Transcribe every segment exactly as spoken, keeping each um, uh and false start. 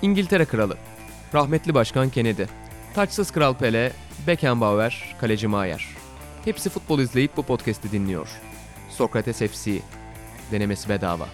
İngiltere Kralı, rahmetli Başkan Kennedy, taçsız Kral Pele, Beckenbauer, Kaleci Maier. Hepsi futbol izleyip bu podcast'i dinliyor. Sokrates F C, denemesi bedava.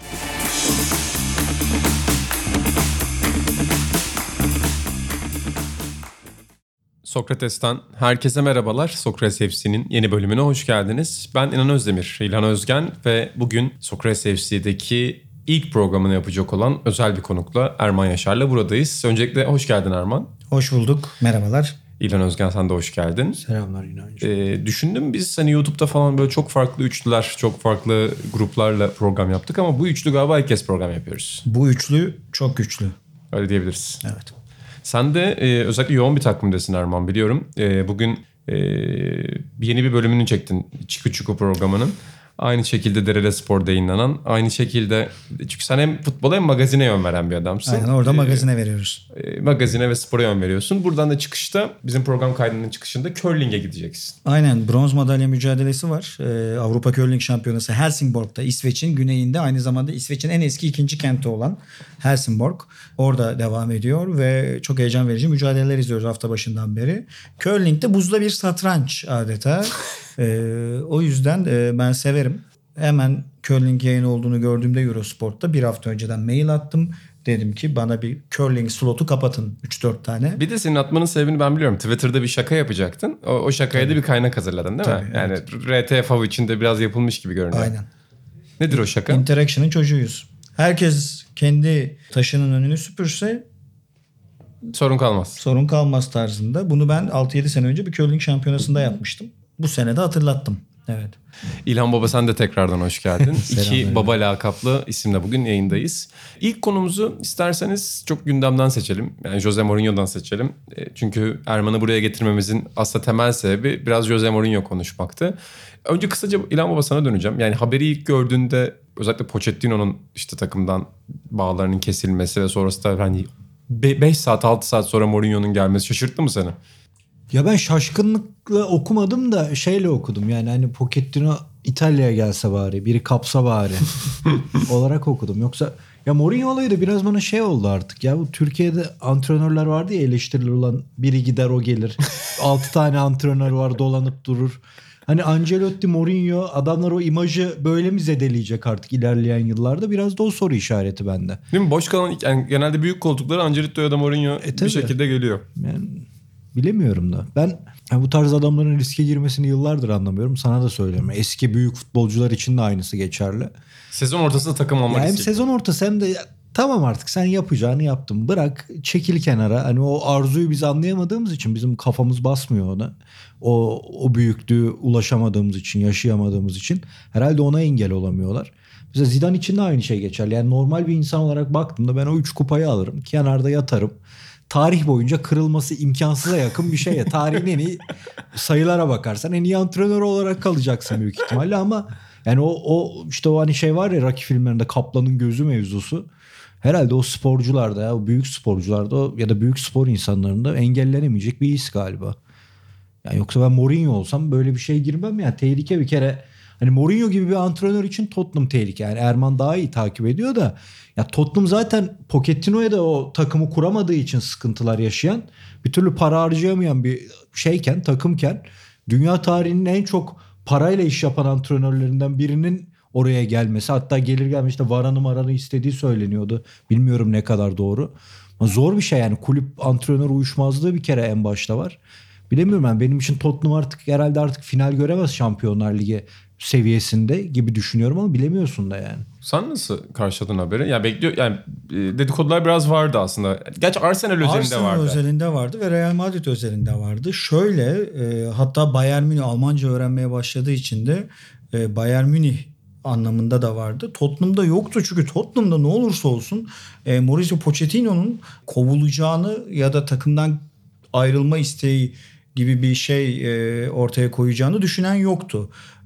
Sokrates'ten herkese merhabalar. Sokrates F C'nin yeni bölümüne hoş geldiniz. Ben İlhan Özdemir, İlhan Özgen ve bugün Sokrates F C'deki ilk programını yapacak olan özel bir konukla Erman Yaşar'la buradayız. Öncelikle hoş geldin Erman. Hoş bulduk, merhabalar. İlhan Özgen, sen de hoş geldin. Selamlar İlhan'cığım. Ee, düşündüm biz hani YouTube'da falan böyle çok farklı üçlüler, çok farklı gruplarla program yaptık ama bu üçlü galiba ilk kez program yapıyoruz. Bu üçlü çok güçlü. Öyle diyebiliriz. Evet. Sen de e, özellikle yoğun bir takvimdesin Erman, biliyorum. E, bugün e, yeni bir bölümünü çektin Çiku Çiku programının. Aynı şekilde Derele Spor'da yayınlanan. Aynı şekilde, çünkü sen hem futbola hem magazine yön veren bir adamsın. Aynen, orada magazine ee, veriyoruz. E, magazine ve spora yön veriyorsun. Buradan da çıkışta, bizim program kaydının çıkışında curling'e gideceksin. Aynen, bronz madalya mücadelesi var. Ee, Avrupa Curling Şampiyonası Helsingborg'da, İsveç'in güneyinde, aynı zamanda İsveç'in en eski ikinci kenti olan Helsingborg. Orada devam ediyor ve çok heyecan verici mücadeleler izliyoruz hafta başından beri. Curling'de buzda bir satranç adeta. ee, o yüzden e, ben severim. Hemen curling yayın olduğunu gördüğümde Eurosport'ta bir hafta önceden mail attım. Dedim ki bana bir curling slotu kapatın, üç dört tane. Bir de senin atmanın sebebini ben biliyorum. Twitter'da bir şaka yapacaktın. O, o şakaya Tabii. da bir kaynak hazırladın değil Tabii, mi? evet. Yani R T F A V içinde biraz yapılmış gibi görünüyor. Aynen. Nedir o şaka? Interaction'ın çocuğuyuz. Herkes kendi taşının önünü süpürse sorun kalmaz. Sorun kalmaz tarzında. Bunu ben altı yedi sene önce bir curling şampiyonasında yapmıştım. Bu sene de hatırlattım. Evet. İlhan Baba, sen de tekrardan hoş geldin. İki Baba lakaplı isimle bugün yayındayız. İlk konumuzu isterseniz çok gündemden seçelim. Yani Jose Mourinho'dan seçelim. Çünkü Erman'ı buraya getirmemizin aslında temel sebebi biraz Jose Mourinho konuşmaktı. Önce kısaca İlhan Baba sana döneceğim. Yani haberi ilk gördüğünde özellikle Pochettino'nun işte takımdan bağlarının kesilmesi ve sonrasında hani beş saat altı saat sonra Mourinho'nun gelmesi şaşırttı mı seni? Ya ben şaşkınlıkla okumadım da şeyle okudum. Yani hani Pochettino İtalya'ya gelse bari, biri kapsa bari olarak okudum. Yoksa ya Mourinho olayı da biraz bana şey oldu artık. Ya bu Türkiye'de antrenörler vardı ya, eleştirilir olan, biri gider o gelir. altı tane antrenör var, dolanıp durur. Hani Ancelotti, Mourinho, adamlar o imajı böyle mi zedeleyecek artık ilerleyen yıllarda? Biraz da o soru işareti bende. Değil mi? Boş kalan yani genelde büyük koltukları Ancelotti ya da Mourinho e, bir şekilde geliyor. Yani bilemiyorum da. Ben yani bu tarz adamların riske girmesini yıllardır anlamıyorum. Sana da söylüyorum. Eski büyük futbolcular için de aynısı geçerli. Sezon ortasında takım almak yani istiyor. Hem sezon ortası hem de ya, tamam artık sen yapacağını yaptın. Bırak, çekil kenara. Hani o arzuyu biz anlayamadığımız için, bizim kafamız basmıyor ona. O, o büyüklüğü ulaşamadığımız için, yaşayamadığımız için herhalde ona engel olamıyorlar. Mesela Zidane için de aynı şey geçerli. Yani normal bir insan olarak baktığımda ben o üç kupayı alırım. Kenarda yatarım. Tarih boyunca kırılması imkansıza yakın bir şey ya. Tarihin en iyi, sayılara bakarsan en iyi antrenör olarak kalacaksın büyük ihtimalle, ama yani o, o işte o hani şey var ya, Rocky filmlerinde Kaplan'ın gözü mevzusu. Herhalde o sporcularda, ya o büyük sporcularda o, ya da büyük spor insanlarında engellenemeyecek bir his galiba. Yani yoksa ben Mourinho olsam böyle bir şey girmem ya. Tehlike bir kere. Hani Mourinho gibi bir antrenör için Tottenham tehlike. Yani Erman daha iyi takip ediyor da. Ya Tottenham zaten Pochettino'ya da o takımı kuramadığı için sıkıntılar yaşayan, bir türlü para harcayamayan bir şeyken, takımken, dünya tarihinin en çok parayla iş yapan antrenörlerinden birinin oraya gelmesi, hatta gelir gelmiş de Varan'ı Maran'ı istediği söyleniyordu. Bilmiyorum ne kadar doğru. Ama zor bir şey yani, kulüp antrenör uyuşmazlığı bir kere en başta var. Bilemiyorum ben, benim için Tottenham artık herhalde artık final göremez Şampiyonlar Ligi seviyesinde gibi düşünüyorum, ama bilemiyorsun da yani. Sen nasıl karşıladın haberi? Ya bekliyor yani, dedikodular biraz vardı aslında. Gerçi Arsenal özelinde Arsenal vardı. Arsenal özelinde vardı ve Real Madrid özelinde vardı. Şöyle e, hatta Bayern Münih Almanca öğrenmeye başladığı için de e, Bayern Münih anlamında da vardı. Tottenham'da yoktu, çünkü Tottenham'da ne olursa olsun e, Mauricio Pochettino'nun kovulacağını ya da takımdan ayrılma isteği gibi bir şey e, ortaya koyacağını düşünen yoktu.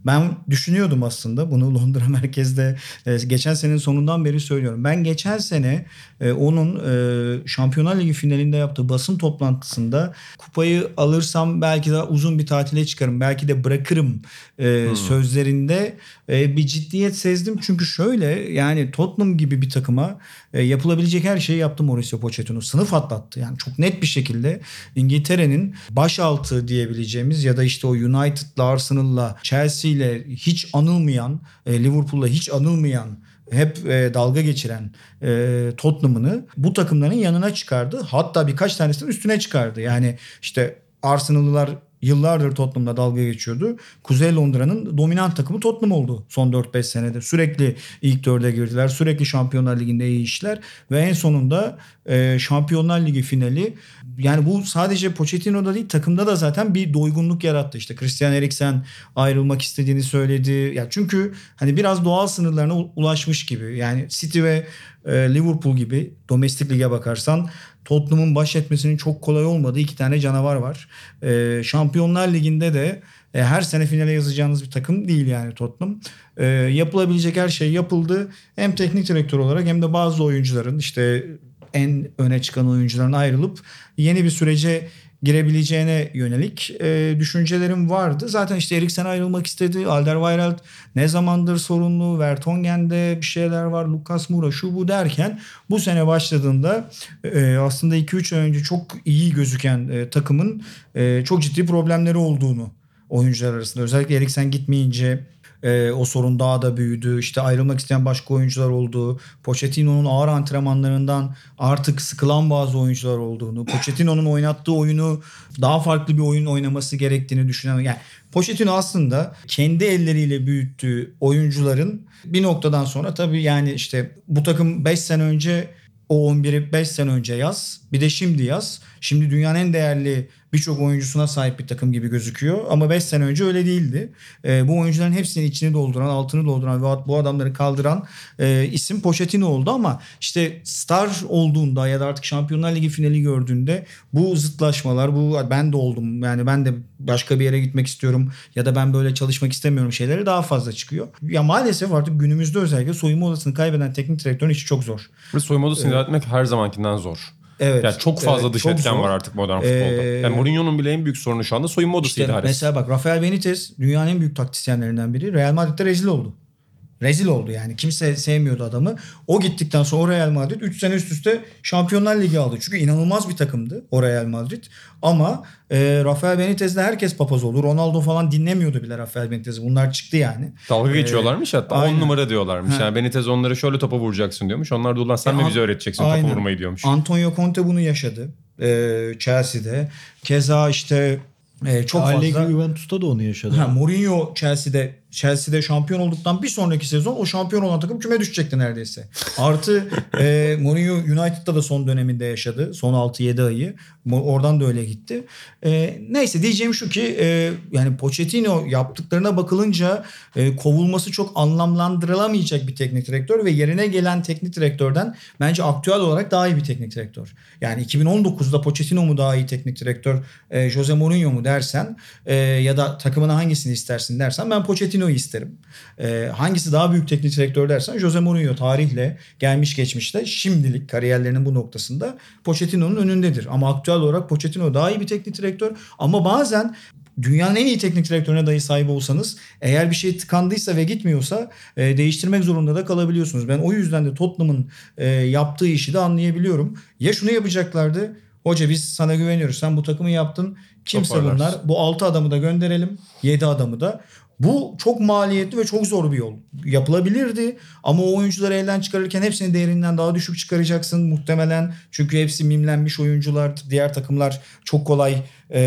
Ben düşünüyordum aslında bunu Londra merkezde e, geçen senenin sonundan beri söylüyorum. Ben geçen sene e, onun e, Şampiyonlar Ligi finalinde yaptığı basın toplantısında kupayı alırsam belki daha uzun bir tatile çıkarım. Belki de bırakırım e, hmm. sözlerinde e, bir ciddiyet sezdim. Çünkü şöyle yani Tottenham gibi bir takıma e, yapılabilecek her şeyi yaptı Mauricio Pochettino. Sınıf atlattı. Yani çok net bir şekilde İngiltere'nin başaltı diyebileceğimiz ya da işte o United'la, Arsenal'la, Chelsea'yle hiç anılmayan, e, Liverpool'la hiç anılmayan, hep e, dalga geçiren e, Tottenham'ını bu takımların yanına çıkardı. Hatta birkaç tanesinin üstüne çıkardı. Yani işte Arsenal'lılar yıllardır Tottenham'la dalga geçiyordu. Kuzey Londra'nın dominant takımı Tottenham oldu son dört beş senede. Sürekli ilk dörde girdiler. Sürekli Şampiyonlar Ligi'nde iyi işler. Ve en sonunda e, Şampiyonlar Ligi finali. Yani bu sadece Pochettino'da değil, takımda da zaten bir doygunluk yarattı. İşte Christian Eriksen ayrılmak istediğini söyledi. Ya çünkü hani biraz doğal sınırlarına ulaşmış gibi. Yani City ve e, Liverpool gibi domestik lige bakarsan Tottenham'ın baş etmesinin çok kolay olmadığı iki tane canavar var. Ee, Şampiyonlar Ligi'nde de e, her sene finale yazacağınız bir takım değil yani Tottenham. Ee, yapılabilecek her şey yapıldı. Hem teknik direktör olarak hem de bazı oyuncuların işte en öne çıkan oyuncuların ayrılıp yeni bir sürece girebileceğine yönelik e, düşüncelerim vardı. Zaten işte Eriksen ayrılmak istedi. Alderweireld ne zamandır sorunlu. Vertonghen'de bir şeyler var. Lucas Moura şu bu derken bu sene başladığında e, aslında iki üç ay önce çok iyi gözüken e, takımın e, çok ciddi problemleri olduğunu oyuncular arasında. Özellikle Eriksen gitmeyince Ee, o sorun daha da büyüdü. İşte ayrılmak isteyen başka oyuncular oldu. Pochettino'nun ağır antrenmanlarından artık sıkılan bazı oyuncular olduğunu, Pochettino'nun oynattığı oyunu daha farklı bir oyun oynaması gerektiğini düşünen, yani Pochettino aslında kendi elleriyle büyüttüğü oyuncuların bir noktadan sonra tabii yani işte bu takım beş sene önce o on biri beş sene önce yaz. Bir de şimdi yaz. Şimdi dünyanın en değerli birçok oyuncusuna sahip bir takım gibi gözüküyor. Ama beş sene önce öyle değildi. E, bu oyuncuların hepsinin içini dolduran, altını dolduran ve bu adamları kaldıran e, isim Pochettino oldu. Ama işte star olduğunda ya da artık Şampiyonlar Ligi finali gördüğünde bu zıtlaşmalar, bu ben de oldum, yani ben de başka bir yere gitmek istiyorum ya da ben böyle çalışmak istemiyorum şeyleri daha fazla çıkıyor. Ya maalesef artık günümüzde özellikle soyunma odasını kaybeden teknik direktörün işi çok zor. Ve soyunma odasını evet. yönetmek her zamankinden zor. Evet. Yani çok fazla evet, dış çok etken zor. var artık modern futbolda. Ee, yani Mourinho'nun bile en büyük sorunu şu anda soyunma odası işte idaresi. Mesela bak Rafael Benitez dünyanın en büyük taktisyenlerinden biri. Real Madrid'de rezil oldu. Rezil oldu yani. Kimse sevmiyordu adamı. O gittikten sonra o Real Madrid üç sene üst üste Şampiyonlar Ligi aldı. Çünkü inanılmaz bir takımdı o Real Madrid. Ama e, Rafael Benitez'le herkes papaz oldu. Ronaldo falan dinlemiyordu bile Rafael Benitez'i. Bunlar çıktı yani. Dalga ee, geçiyorlarmış hatta. on numara diyorlarmış. Ha. Yani Benitez onlara şöyle topa vuracaksın diyormuş. Onlar da ulan sen e, mi bize öğreteceksin aynen. topa vurmayı diyormuş. Antonio Conte bunu yaşadı. E, Chelsea'de. Keza işte e, çok Allegri fazla. Juventus'ta da onu yaşadı. Ha, Mourinho Chelsea'de Chelsea'de şampiyon olduktan bir sonraki sezon o şampiyon olan takım küme düşecekti neredeyse. Artı e, Mourinho United'da da son döneminde yaşadı. Son altı yedi ayı. Oradan da öyle gitti. E, neyse diyeceğim şu ki e, yani Pochettino yaptıklarına bakılınca e, kovulması çok anlamlandırılamayacak bir teknik direktör ve yerine gelen teknik direktörden bence aktüel olarak daha iyi bir teknik direktör. Yani iki bin on dokuzda Pochettino mu daha iyi teknik direktör, e, Jose Mourinho mu dersen e, ya da takımına hangisini istersin dersen ben Pochettino isterim. Ee, hangisi daha büyük teknik direktör dersen Jose Mourinho tarihle gelmiş geçmişte şimdilik kariyerlerinin bu noktasında Pochettino'nun önündedir. Ama aktüel olarak Pochettino daha iyi bir teknik direktör. Ama bazen dünyanın en iyi teknik direktörüne dahi sahip olsanız eğer bir şey tıkandıysa ve gitmiyorsa e, değiştirmek zorunda da kalabiliyorsunuz. Ben o yüzden de Tottenham'ın e, yaptığı işi de anlayabiliyorum. Ya şunu yapacaklardı. Hoca biz sana güveniyoruz. Sen bu takımı yaptın. Kimse bunlar. Bu altı adamı da gönderelim. yedi adamı da. Bu çok maliyetli ve çok zor bir yol. Yapılabilirdi ama o oyuncuları elden çıkarırken hepsini değerinden daha düşük çıkaracaksın muhtemelen. Çünkü hepsi mimlenmiş oyuncular. Diğer takımlar çok kolay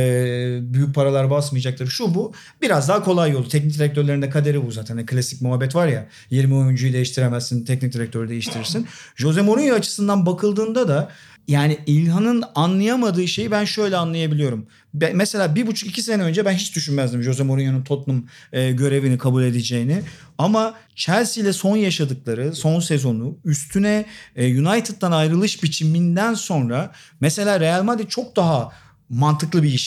e, büyük paralar basmayacaktır. Şu bu. Biraz daha kolay yolu. Teknik direktörlerin de kaderi bu zaten. Yani klasik muhabbet var ya. yirmi oyuncuyu değiştiremezsin. Teknik direktörü değiştirirsin. Jose Mourinho açısından bakıldığında da yani İlhan'ın anlayamadığı şeyi ben şöyle anlayabiliyorum. Ben, mesela bir buçuk iki sene önce ben hiç düşünmezdim Jose Mourinho'nun Tottenham e, görevini kabul edeceğini. Ama Chelsea ile son yaşadıkları son sezonu üstüne e, United'dan ayrılış biçiminden sonra mesela Real Madrid çok daha mantıklı bir iş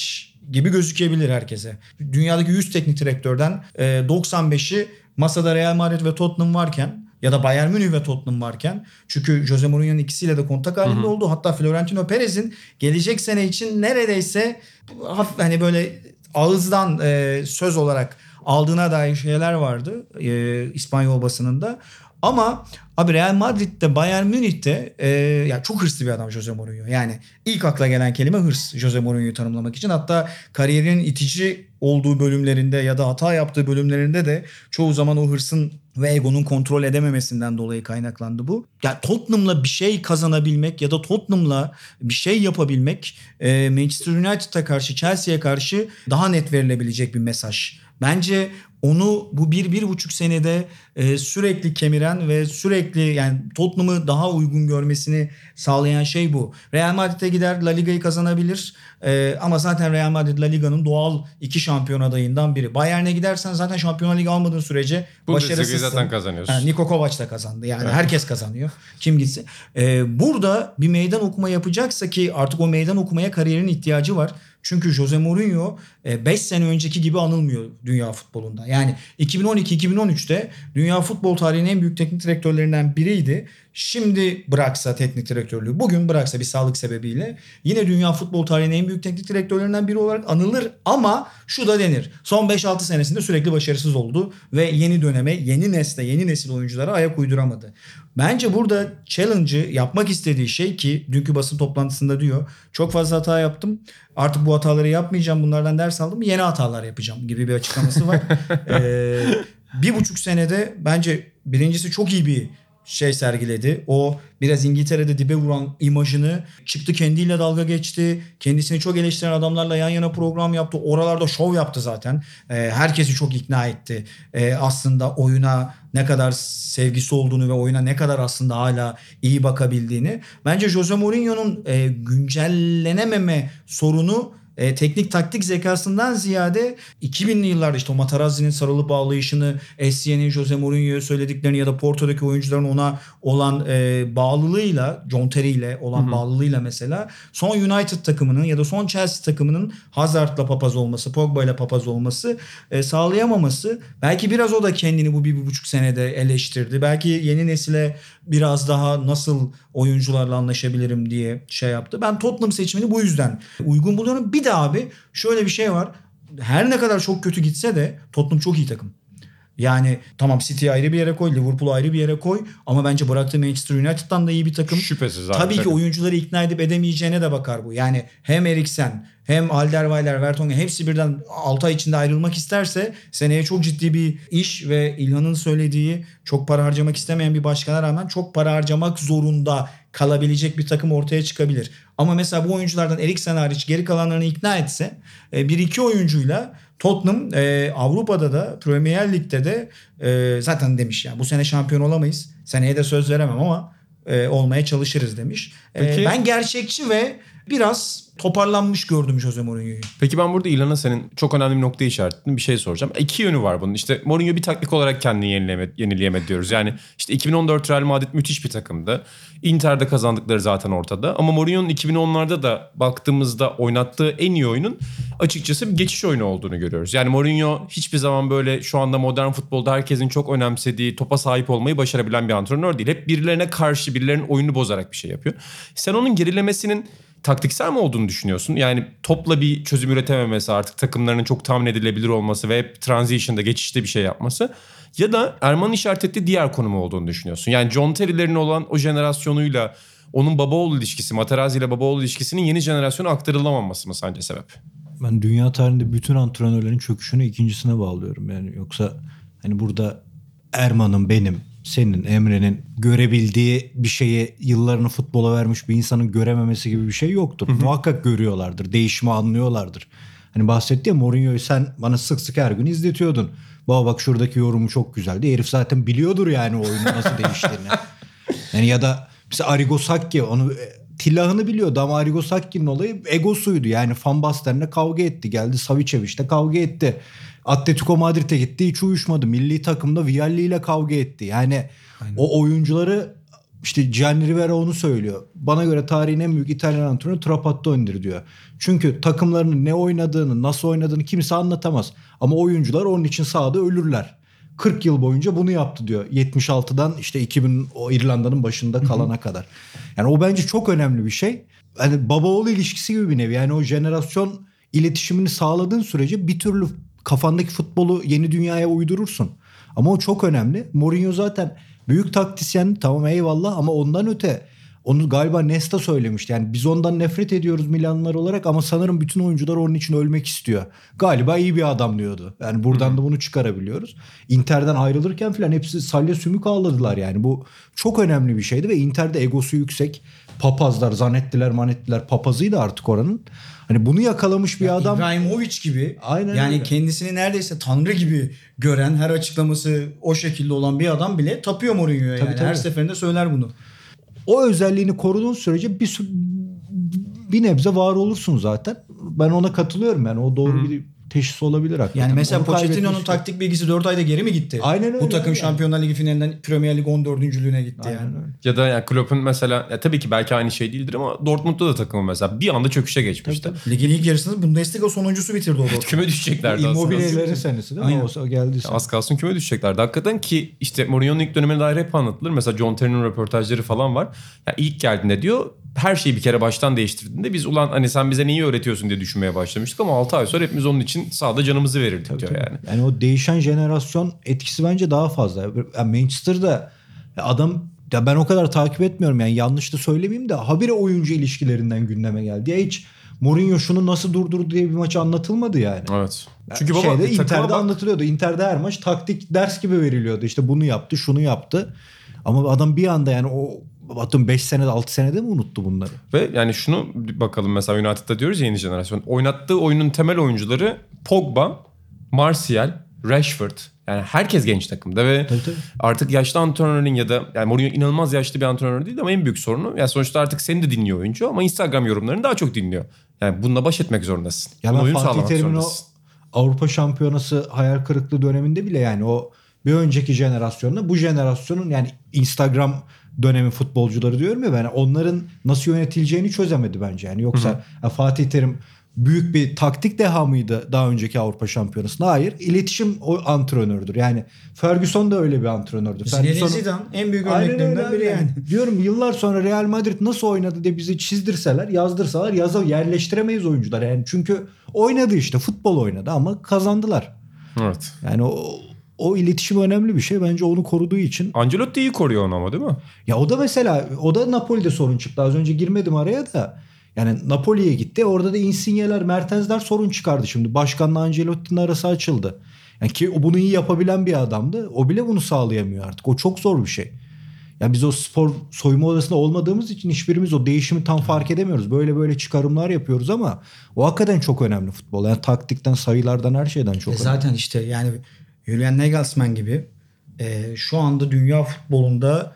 gibi gözükebilir herkese. Dünyadaki yüz teknik direktörden doksan beşi masada Real Madrid ve Tottenham varken ya da Bayern Münih ve Tottenham varken, çünkü Jose Mourinho'nun ikisiyle de kontak halinde oldu. Hatta Florentino Perez'in gelecek sene için neredeyse hafif hani böyle ağızdan e, söz olarak aldığına dair şeyler vardı e, İspanyol basınında. Ama abi Real Madrid'de, Bayern Münih'te e, ya çok hırslı bir adam Jose Mourinho. Yani ilk akla gelen kelime hırs Jose Mourinho'yu tanımlamak için. Hatta kariyerinin itici olduğu bölümlerinde ya da hata yaptığı bölümlerinde de çoğu zaman o hırsın ve egonun kontrol edememesinden dolayı kaynaklandı bu. Yani Tottenham'la bir şey kazanabilmek ya da Tottenham'la bir şey yapabilmek e, Manchester United'a karşı, Chelsea'ye karşı daha net verilebilecek bir mesaj. Bence onu bu bir, bir buçuk senede e, sürekli kemiren ve sürekli yani Tottenham'ı daha uygun görmesini sağlayan şey bu. Real Madrid'e gider, La Liga'yı kazanabilir e, ama zaten Real Madrid La Liga'nın doğal iki şampiyon adayından biri. Bayern'e gidersen zaten Şampiyonlar Ligi almadığın sürece başarısızsın. zaten kazanıyorsun. Yani Niko Kovac da kazandı. Yani evet. Herkes kazanıyor. Kim gitse. E, burada bir meydan okuma yapacaksa, ki artık o meydan okumaya kariyerin ihtiyacı var. Çünkü Jose Mourinho beş sene önceki gibi anılmıyor dünya futbolunda. Yani iki bin on iki iki bin on üçte dünya futbol tarihinin en büyük teknik direktörlerinden biriydi. Şimdi bıraksa teknik direktörlüğü, bugün bıraksa bir sağlık sebebiyle yine dünya futbol tarihinin en büyük teknik direktörlerinden biri olarak anılır. Ama şu da denir: son beş altı senesinde sürekli başarısız oldu ve yeni döneme, yeni nesle, yeni nesil oyunculara ayak uyduramadı. Bence burada challenge'ı yapmak istediği şey, ki dünkü basın toplantısında diyor, çok fazla hata yaptım, artık bu hataları yapmayacağım, bunlardan ders aldım, yeni hatalar yapacağım gibi bir açıklaması var. ee, bir buçuk senede bence birincisi çok iyi bir şey sergiledi. O biraz İngiltere'de dibe vuran imajını çıktı, kendiyle dalga geçti. Kendisini çok eleştiren adamlarla yan yana program yaptı. Oralarda şov yaptı zaten. Ee, herkesi çok ikna etti. Ee, aslında oyuna ne kadar sevgisi olduğunu ve oyuna ne kadar aslında hala iyi bakabildiğini. Bence Jose Mourinho'nun e, güncellenememe sorunu E, teknik taktik zekasından ziyade iki binli yıllarda işte o Materazzi'nin sarılıp bağlayışını, Essien'in Jose Mourinho'ya söylediklerini ya da Porto'daki oyuncuların ona olan e, bağlılığıyla, John Terry ile olan hı hı. bağlılığıyla mesela son United takımının ya da son Chelsea takımının Hazard'la papaz olması, Pogba'yla papaz olması e, sağlayamaması. Belki biraz o da kendini bu bir, bir buçuk senede eleştirdi. Belki yeni nesile biraz daha nasıl oyuncularla anlaşabilirim diye şey yaptı. Ben Tottenham seçimini bu yüzden uygun buluyorum. Bir de abi şöyle bir şey var. Her ne kadar çok kötü gitse de Tottenham çok iyi takım. Yani tamam, City'yi ayrı bir yere koy, Liverpool'u ayrı bir yere koy ama bence bıraktığı Manchester United'dan da iyi bir takım. Şüphesiz abi. Tabii ki oyuncuları ikna edip edemeyeceğine de bakar bu. Yani hem Eriksen hem Alderweireld, Vertonghen hepsi birden altı ay içinde ayrılmak isterse seneye çok ciddi bir iş ve İlhan'ın söylediği çok para harcamak istemeyen bir başkana rağmen çok para harcamak zorunda kalabilecek bir takım ortaya çıkabilir. Ama mesela bu oyunculardan Eriksen hariç geri kalanlarını ikna etse bir iki oyuncuyla Tottenham e, Avrupa'da da Premier Lig'de de e, zaten demiş yani bu sene şampiyon olamayız. Seneye de söz veremem ama e, olmaya çalışırız demiş. E, ben gerçekçi ve biraz toparlanmış gördüm Jose Mourinho'yu. Peki ben burada İlhan'a senin çok önemli bir noktayı işaretledin. Bir şey soracağım. İki yönü var bunun. İşte Mourinho bir taktik olarak kendini yenileyemedi, yenileyemedi diyoruz. Yani işte iki bin on dört Real Madrid müthiş bir takımdı. Inter'de kazandıkları zaten ortada. Ama Mourinho'nun iki bin onlarda da baktığımızda oynattığı en iyi oyunun açıkçası bir geçiş oyunu olduğunu görüyoruz. Yani Mourinho hiçbir zaman böyle şu anda modern futbolda herkesin çok önemsediği topa sahip olmayı başarabilen bir antrenör değil. Hep birilerine karşı, birilerinin oyununu bozarak bir şey yapıyor. Sen onun gerilemesinin taktiksel mi olduğunu düşünüyorsun? Yani topla bir çözüm üretememesi, artık takımlarının çok tahmin edilebilir olması ve hep transition'da, geçişte bir şey yapması, ya da Erman'ın işaret ettiği diğer konumu olduğunu düşünüyorsun. Yani John Terry'lerin olan o jenerasyonuyla onun baba oğul ilişkisi, Materazzi ile baba oğul ilişkisinin yeni jenerasyona aktarılamaması mı sence sebep? Ben dünya tarihinde bütün antrenörlerin çöküşünü ikincisine bağlıyorum. Yani yoksa hani burada Erman'ın, benim, senin, Emre'nin görebildiği bir şeyi yıllarını futbola vermiş bir insanın görememesi gibi bir şey yoktur. Hı hı. Muhakkak görüyorlardır. Değişimi anlıyorlardır. Hani bahsetti ya, Mourinho'yu sen bana sık sık her gün izletiyordun. Baba bak şuradaki yorumu çok güzeldi. Herif zaten biliyordur yani oyunun nasıl değiştiğini. Yani ya da mesela Arrigo Sacchi, onu tilahını biliyordu ama Arrigo Sacchi'nin olayı egosuydu. Yani Van Basten'le kavga etti. Geldi Savicevic'le kavga etti. Atletico Madrid'e gitti, hiç uyuşmadı. Milli takımda Vialli ile kavga etti. Yani aynen. O oyuncuları İşte Gianni Rivera onu söylüyor. Bana göre tarihin en büyük İtalyan antrenörü Trapattoni'dir diyor. Çünkü takımlarının ne oynadığını, nasıl oynadığını kimse anlatamaz. Ama oyuncular onun için sahada ölürler. kırk yıl boyunca bunu yaptı diyor. yetmiş altıdan işte iki bin o İrlanda'nın başında kalana kadar. Yani o bence çok önemli bir şey. Yani baba oğlu ilişkisi gibi bir nevi. Yani o jenerasyon iletişimini sağladığın sürece bir türlü kafandaki futbolu yeni dünyaya uydurursun. Ama o çok önemli. Mourinho zaten büyük taktisyen, tamam eyvallah, ama ondan öte onu galiba Nesta söylemişti. Yani biz ondan nefret ediyoruz Milanlılar olarak ama sanırım bütün oyuncular onun için ölmek istiyor. Galiba iyi bir adam diyordu. Yani buradan da bunu çıkarabiliyoruz. Inter'den ayrılırken falan hepsi salya sümük ağladılar yani. Bu çok önemli bir şeydi ve Inter'de egosu yüksek. Papazlar, Zanettiler, Manettiler papazıydı artık oranın. Hani bunu yakalamış bir ya adam. İbrahimovic gibi. Aynen yani öyle. Kendisini neredeyse tanrı gibi gören, her açıklaması o şekilde olan bir adam bile tapıyor Mourinho'ya yani. tabii. Her seferinde söyler bunu. O özelliğini koruduğun sürece bir sü- bir nebze var olursun zaten. Ben ona katılıyorum yani. O doğru Hı. bir teşhis olabilir hakikaten. Yani mesela Onu Pochettino'nun kaybetmiş. taktik bilgisi dört ayda geri mi gitti? Aynen öyle. Bu takım yani. Şampiyonlar Ligi finalinden Premier Lig on dördüncülüğüne gitti Aynen yani. öyle. Ya da yani Klopp'un mesela ya tabii ki belki aynı şey değildir ama Dortmund'da da takımı mesela bir anda çöküşe geçmişti. Tabii, tabii. Ligin ilk yarısında Bundesliga sonuncusu bitirdi o Dortmund. Küme düşeceklerdi aslında. Immobile'lerin senesi değil mi? Aynen. O, o geldiyse. Az kalsın küme düşeceklerdi. Hakikaten ki işte Mourinho'nun ilk dönemine dair hep anlatılır. Mesela John Terry'nin röportajları falan var. Ya ilk geldiğinde diyor her şeyi bir kere baştan değiştirdiğinde biz ulan hani sen bize neyi öğretiyorsun diye düşünmeye başlamıştık ama altı ay sonra hepimiz onun için sahada canımızı verirdik tabii, diyor tabii. yani. Yani o değişen jenerasyon etkisi bence daha fazla. Yani Manchester'da adam, ya ben o kadar takip etmiyorum yani, yanlış da söylemeyeyim de habire oyuncu ilişkilerinden gündeme geldi. Ya hiç Mourinho şunu nasıl durdurdu diye bir maç anlatılmadı yani. Evet. Çünkü baba şeyde, Inter'de anlatılıyordu. Inter'de her maç taktik ders gibi veriliyordu. İşte bunu yaptı, şunu yaptı. Ama adam bir anda yani o atıyorum beş senede altı senede mi unuttu bunları? Ve yani şunu bakalım mesela United'da diyoruz ya yeni jenerasyon. Oynattığı oyunun temel oyuncuları Pogba, Martial, Rashford. Yani herkes genç takımda ve tabii, tabii. artık yaşlı antrenörün ya da yani Mourinho inanılmaz yaşlı bir antrenör değil ama en büyük sorunu yani sonuçta artık seni de dinliyor oyuncu ama Instagram yorumlarını daha çok dinliyor. Yani bununla baş etmek zorundasın. Ya Bunu ben oyun Fatih sağlamak Terim'in o zorundasın. Avrupa Şampiyonası hayal kırıklığı döneminde bile yani o bir önceki jenerasyonla bu jenerasyonun yani Instagram dönemi futbolcuları diyorum ya ben, onların nasıl yönetileceğini çözemedi bence. Yani yoksa ya Fatih Terim büyük bir taktik deha mıydı daha önceki Avrupa Şampiyonası'nda? Hayır. İletişim o antrenördür. Yani Ferguson da öyle bir antrenördür. Zinedine Zidane en büyük örneklerinden biri yani. Diyorum yıllar sonra Real Madrid nasıl oynadı diye bizi çizdirseler, yazdırsalar yaza yerleştiremeyiz oyuncular. Yani çünkü oynadı işte futbol oynadı ama kazandılar. Evet. Yani o o iletişim önemli bir şey. Bence onu koruduğu için. Ancelotti iyi koruyor onu ama değil mi? Ya o da mesela o da Napoli'de sorun çıktı. Az önce girmedim araya da. Yani Napoli'ye gitti. Orada da Insigne'ler, Mertens'ler sorun çıkardı şimdi. Başkanla Ancelotti'nin arası açıldı. Yani ki bunu iyi yapabilen bir adamdı. O bile bunu sağlayamıyor artık. O çok zor bir şey. Yani biz o spor soyunma odasında olmadığımız için hiçbirimiz o değişimi tam fark edemiyoruz. Böyle böyle çıkarımlar yapıyoruz ama o hakikaten çok önemli futbol. Yani taktikten, sayılardan, her şeyden çok e önemli. Zaten işte yani Julian Nagelsmann gibi e, şu anda dünya futbolunda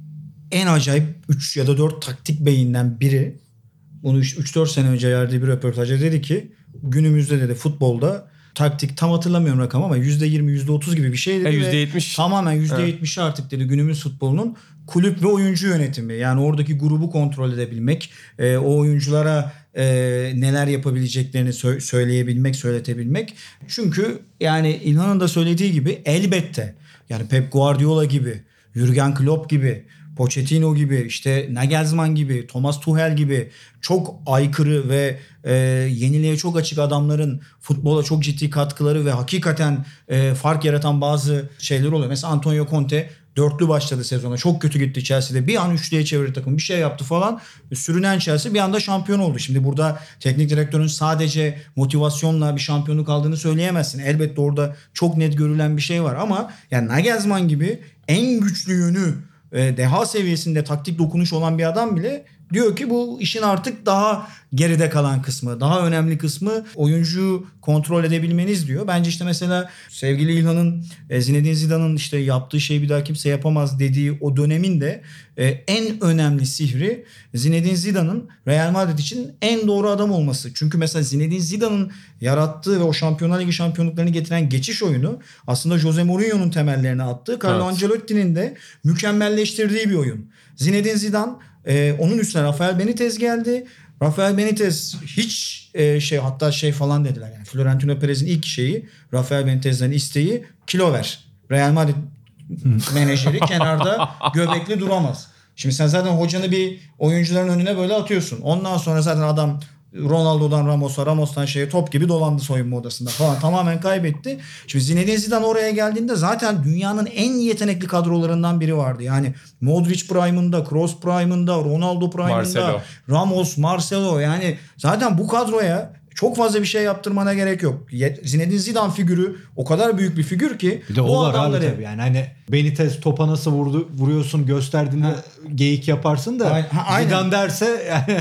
en acayip üç ya da dört taktik beyinden biri. Bunu üç dört sene önce verdiği bir röportajda dedi ki günümüzde dedi futbolda taktik tam hatırlamıyorum rakam ama yüzde yirmi yüzde otuz gibi bir şey dedi. E, yüzde yetmiş Tamamen yüzde yetmiş evet. Artık dedi günümüz futbolunun kulüp ve oyuncu yönetimi. Yani oradaki grubu kontrol edebilmek, e, o oyunculara e, neler yapabileceklerini sö- söyleyebilmek, söyletebilmek. Çünkü yani İlhan'ın da söylediği gibi elbette yani Pep Guardiola gibi, Jürgen Klopp gibi, Pochettino gibi, işte Nagelsmann gibi, Thomas Tuchel gibi çok aykırı ve e, yeniliğe çok açık adamların futbola çok ciddi katkıları ve hakikaten e, fark yaratan bazı şeyler oluyor. Mesela Antonio Conte dörtlü başladı sezona. Çok kötü gitti Chelsea'de. Bir an üçlüye çevirdi takım. Bir şey yaptı falan. Sürünen Chelsea bir anda şampiyon oldu. Şimdi burada teknik direktörün sadece motivasyonla bir şampiyonluk aldığını söyleyemezsin. Elbette orada çok net görülen bir şey var ama yani Nagelsmann gibi en güçlü yönü deha seviyesinde taktik dokunuş olan bir adam bile diyor ki bu işin artık daha geride kalan kısmı, daha önemli kısmı oyuncuyu kontrol edebilmeniz diyor. Bence işte mesela sevgili İlhan'ın e, Zinedine Zidane'ın işte yaptığı şeyi bir daha kimse yapamaz dediği o dönemin de e, en önemli sihri Zinedine Zidane'ın Real Madrid için en doğru adam olması. Çünkü mesela Zinedine Zidane'ın yarattığı ve o Şampiyonlar Ligi şampiyonluklarını getiren geçiş oyunu aslında Jose Mourinho'nun temellerini attığı, Carlo Evet. Ancelotti'nin de mükemmelleştirdiği bir oyun. Zinedine Zidane e, onun üstüne Rafael Benitez geldi. Rafael Benitez hiç e, şey hatta şey falan dediler yani Florentino Perez'in ilk şeyi Rafael Benitez'den isteği kilo ver. Real Madrid menajeri kenarda göbekli duramaz. Şimdi sen zaten hocanı bir oyuncuların önüne böyle atıyorsun. Ondan sonra zaten adam Ronaldo'dan Ramos'a, Ramos'tan şeye top gibi dolandı soyunma odasında falan. Tamamen kaybetti. Şimdi Zinedine Zidane oraya geldiğinde zaten dünyanın en yetenekli kadrolarından biri vardı. Yani Modric Prime'ında, Kroos Prime'ında, Ronaldo Prime'ında, Marcelo. Ramos, Marcelo, yani zaten bu kadroya çok fazla bir şey yaptırmana gerek yok. Zinedine Zidane figürü o kadar büyük bir figür ki Bir de o bu var abi adamları tabii. Yani hani Benitez topa nasıl vurdu, vuruyorsun gösterdiğinde geyik yaparsın da Aynen, ha, aynen. Zidane derse yani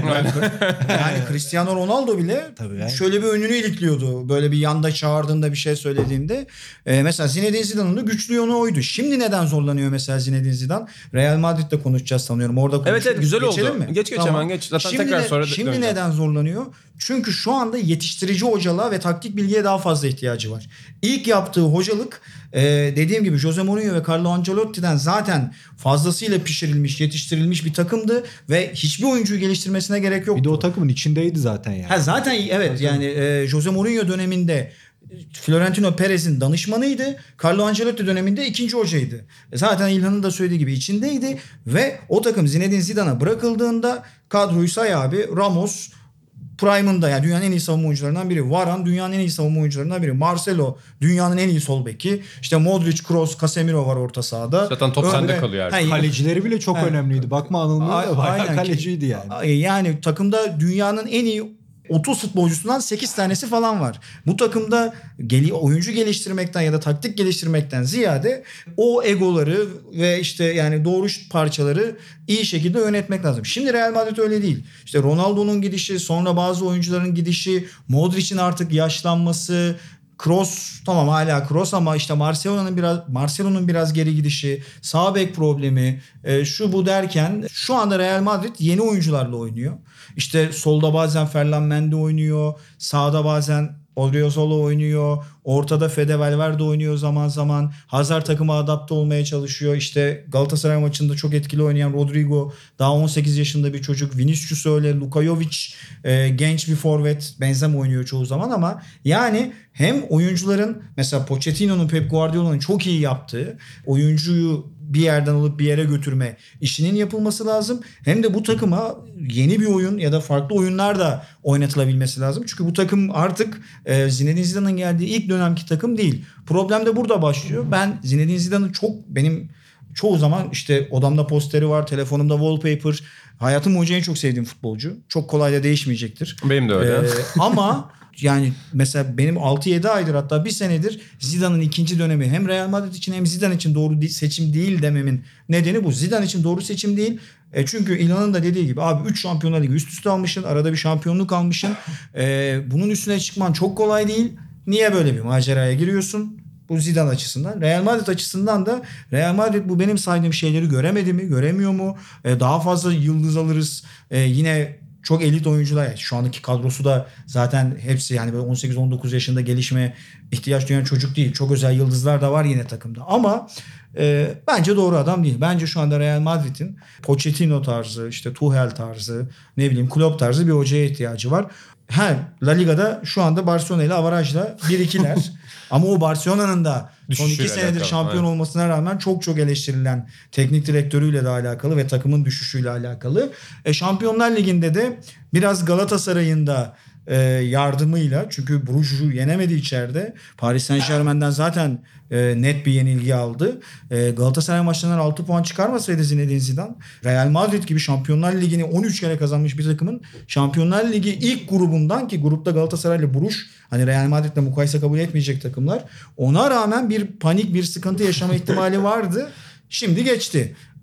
yani Cristiano Ronaldo bile Tabii yani. şöyle bir önünü ilikliyordu. Böyle bir yanda çağırdığında bir şey söylediğinde. Ee, mesela Zinedine Zidane'ın da güçlü yönü oydu. Şimdi neden zorlanıyor mesela Zinedine Zidane? Real Madrid'de konuşacağız sanıyorum. Orada Evet, evet, konuşuruz. güzel Geçelim oldu. mi? Geç geç hemen geç. Zaten şimdi tekrar ne- sonra Şimdi döneceğim. neden zorlanıyor? Çünkü şu anda yetiştirici hocalığa ve taktik bilgiye daha fazla ihtiyacı var. İlk yaptığı hocalık e, dediğim gibi Jose Mourinho ve Carlo Ancelotti'den zaten fazlasıyla pişirilmiş, yetiştirilmiş bir takımdı ve hiçbir oyuncuyu geliştirmesine gerek yoktu. bir de o takımın içindeydi zaten yani. Ha, zaten evet yani e, Jose Mourinho döneminde Florentino Perez'in danışmanıydı. Carlo Ancelotti döneminde ikinci hocaydı. E, zaten İlhan'ın da söylediği gibi içindeydi ve o takım Zinedine Zidane'a bırakıldığında kadroyu say abi: Ramos Prime'ında, yani dünyanın en iyi savunma oyuncularından biri. Varane dünyanın en iyi savunma oyuncularından biri. Marcelo dünyanın en iyi sol beki. İşte Modric, Kroos, Casemiro var orta sahada. Zaten top Önde- sende kalıyor artık. Ha, Kalecileri bile çok Ha. önemliydi. Bakma anılmıyor da bayağı Aynen. kaleciydi yani. Yani takımda dünyanın en iyi otuz futbolcusundan sekiz tanesi falan var. Bu takımda geli, oyuncu geliştirmekten ya da taktik geliştirmekten ziyade o egoları ve işte yani doğru parçaları iyi şekilde yönetmek lazım. Şimdi Real Madrid öyle değil. İşte Ronaldo'nun gidişi, sonra bazı oyuncuların gidişi, Modric'in artık yaşlanması, Kroos tamam hala Kroos ama işte Marcelo'nun biraz Marcelo'nun biraz geri gidişi, sağ bek problemi, e, şu bu derken şu anda Real Madrid yeni oyuncularla oynuyor. İşte solda bazen Ferland Mendy oynuyor, sağda bazen Odriozola oynuyor, ortada Fede Valverde oynuyor zaman zaman. Hazard takıma adapte olmaya çalışıyor. İşte Galatasaray maçında çok etkili oynayan Rodrigo daha on sekiz yaşında bir çocuk. Vinicius öyle, Luka Jovic e, genç bir forvet, Benzema oynuyor çoğu zaman ama yani hem oyuncuların mesela Pochettino'nun, Pep Guardiola'nın çok iyi yaptığı oyuncuyu bir yerden alıp bir yere götürme işinin yapılması lazım. Hem de bu takıma yeni bir oyun ya da farklı oyunlar da oynatılabilmesi lazım. Çünkü bu takım artık e, Zinedine Zidane'ın geldiği ilk dönemki takım değil. Problem de burada başlıyor. Ben Zinedine Zidane'ı çok benim çoğu zaman işte odamda posteri var, telefonumda wallpaper. Hayatım boyunca en çok sevdiğim futbolcu. Çok kolay da değişmeyecektir. Benim de öyle. Ee, ama yani mesela benim altı yedi aydır hatta bir senedir Zidane'ın ikinci dönemi hem Real Madrid için hem Zidane için doğru seçim değil dememin nedeni bu. Zidane için doğru seçim değil. E çünkü İlhan'ın da dediği gibi abi üç Şampiyonlar Ligi üst üste almışsın. Arada bir şampiyonluk almışsın. E, bunun üstüne çıkman çok kolay değil. Niye böyle bir maceraya giriyorsun? Bu Zidane açısından. Real Madrid açısından da Real Madrid bu benim saydığım şeyleri göremedi mi? Göremiyor mu? E, daha fazla yıldız alırız. E, yine çok elit oyuncular. Yani şu andaki kadrosu da zaten hepsi yani böyle on sekiz on dokuz yaşında gelişmeye ihtiyaç duyan çocuk değil. Çok özel yıldızlar da var yine takımda. Ama e, bence doğru adam değil. Bence şu anda Real Madrid'in Pochettino tarzı, işte Tuchel tarzı, ne bileyim Klopp tarzı bir hocaya ihtiyacı var. Ha, La Liga'da şu anda Barcelona ile avarajla bir ikiler. Ama o Barcelona'nın da son iki senedir alakalı, şampiyon aynen. olmasına rağmen çok çok eleştirilen teknik direktörüyle de alakalı ve takımın düşüşüyle alakalı. E, Şampiyonlar Ligi'nde de biraz Galatasaray'ın da e, yardımıyla, çünkü Bruges'u yenemedi içeride. Paris Saint-Germain'den zaten e, net bir yenilgi aldı. E, Galatasaray maçlarından altı puan çıkarmasaydı Zinedine Zidane, Real Madrid gibi Şampiyonlar Ligi'ni on üç kere kazanmış bir takımın Şampiyonlar Ligi ilk grubundan, ki grupta Galatasaray ile Bruges hani Real Madrid'le mukayese kabul etmeyecek takımlar, ona rağmen bir panik, bir sıkıntı yaşama ihtimali vardı. Şimdi geçti.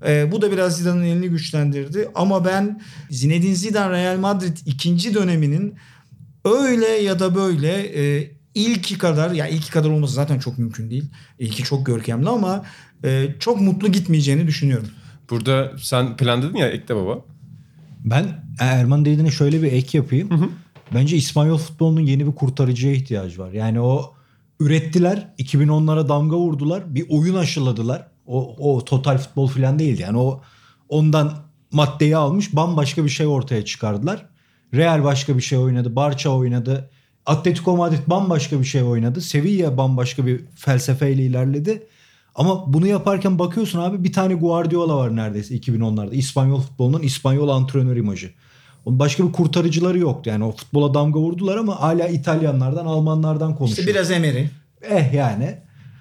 Ee, bu da biraz Zidane'ın elini güçlendirdi. Ama ben Zinedine Zidane Real Madrid ikinci döneminin öyle ya da böyle e, ilki kadar, ya ilki kadar olması zaten çok mümkün değil. İlki çok görkemli ama e, çok mutlu gitmeyeceğini düşünüyorum. Burada sen plan dedin ya, ekle baba. Ben Erman dediğine şöyle bir ek yapayım. Hı hı. Bence İspanyol futbolunun yeni bir kurtarıcıya ihtiyacı var. Yani o ürettiler, iki bin onlara damga vurdular, bir oyun aşıladılar. O, o total futbol falan değildi. Yani o ondan maddeyi almış bambaşka bir şey ortaya çıkardılar. Real başka bir şey oynadı, Barça oynadı. Atletico Madrid bambaşka bir şey oynadı. Sevilla bambaşka bir felsefeyle ilerledi. Ama bunu yaparken bakıyorsun abi, bir tane Guardiola var neredeyse iki bin onlarda. İspanyol futbolunun İspanyol antrenör imajı. Onun başka bir kurtarıcıları yoktu. Yani o futbola damga vurdular ama hala İtalyanlardan, Almanlardan konuşuyor. İşte biraz Emery. Eh yani.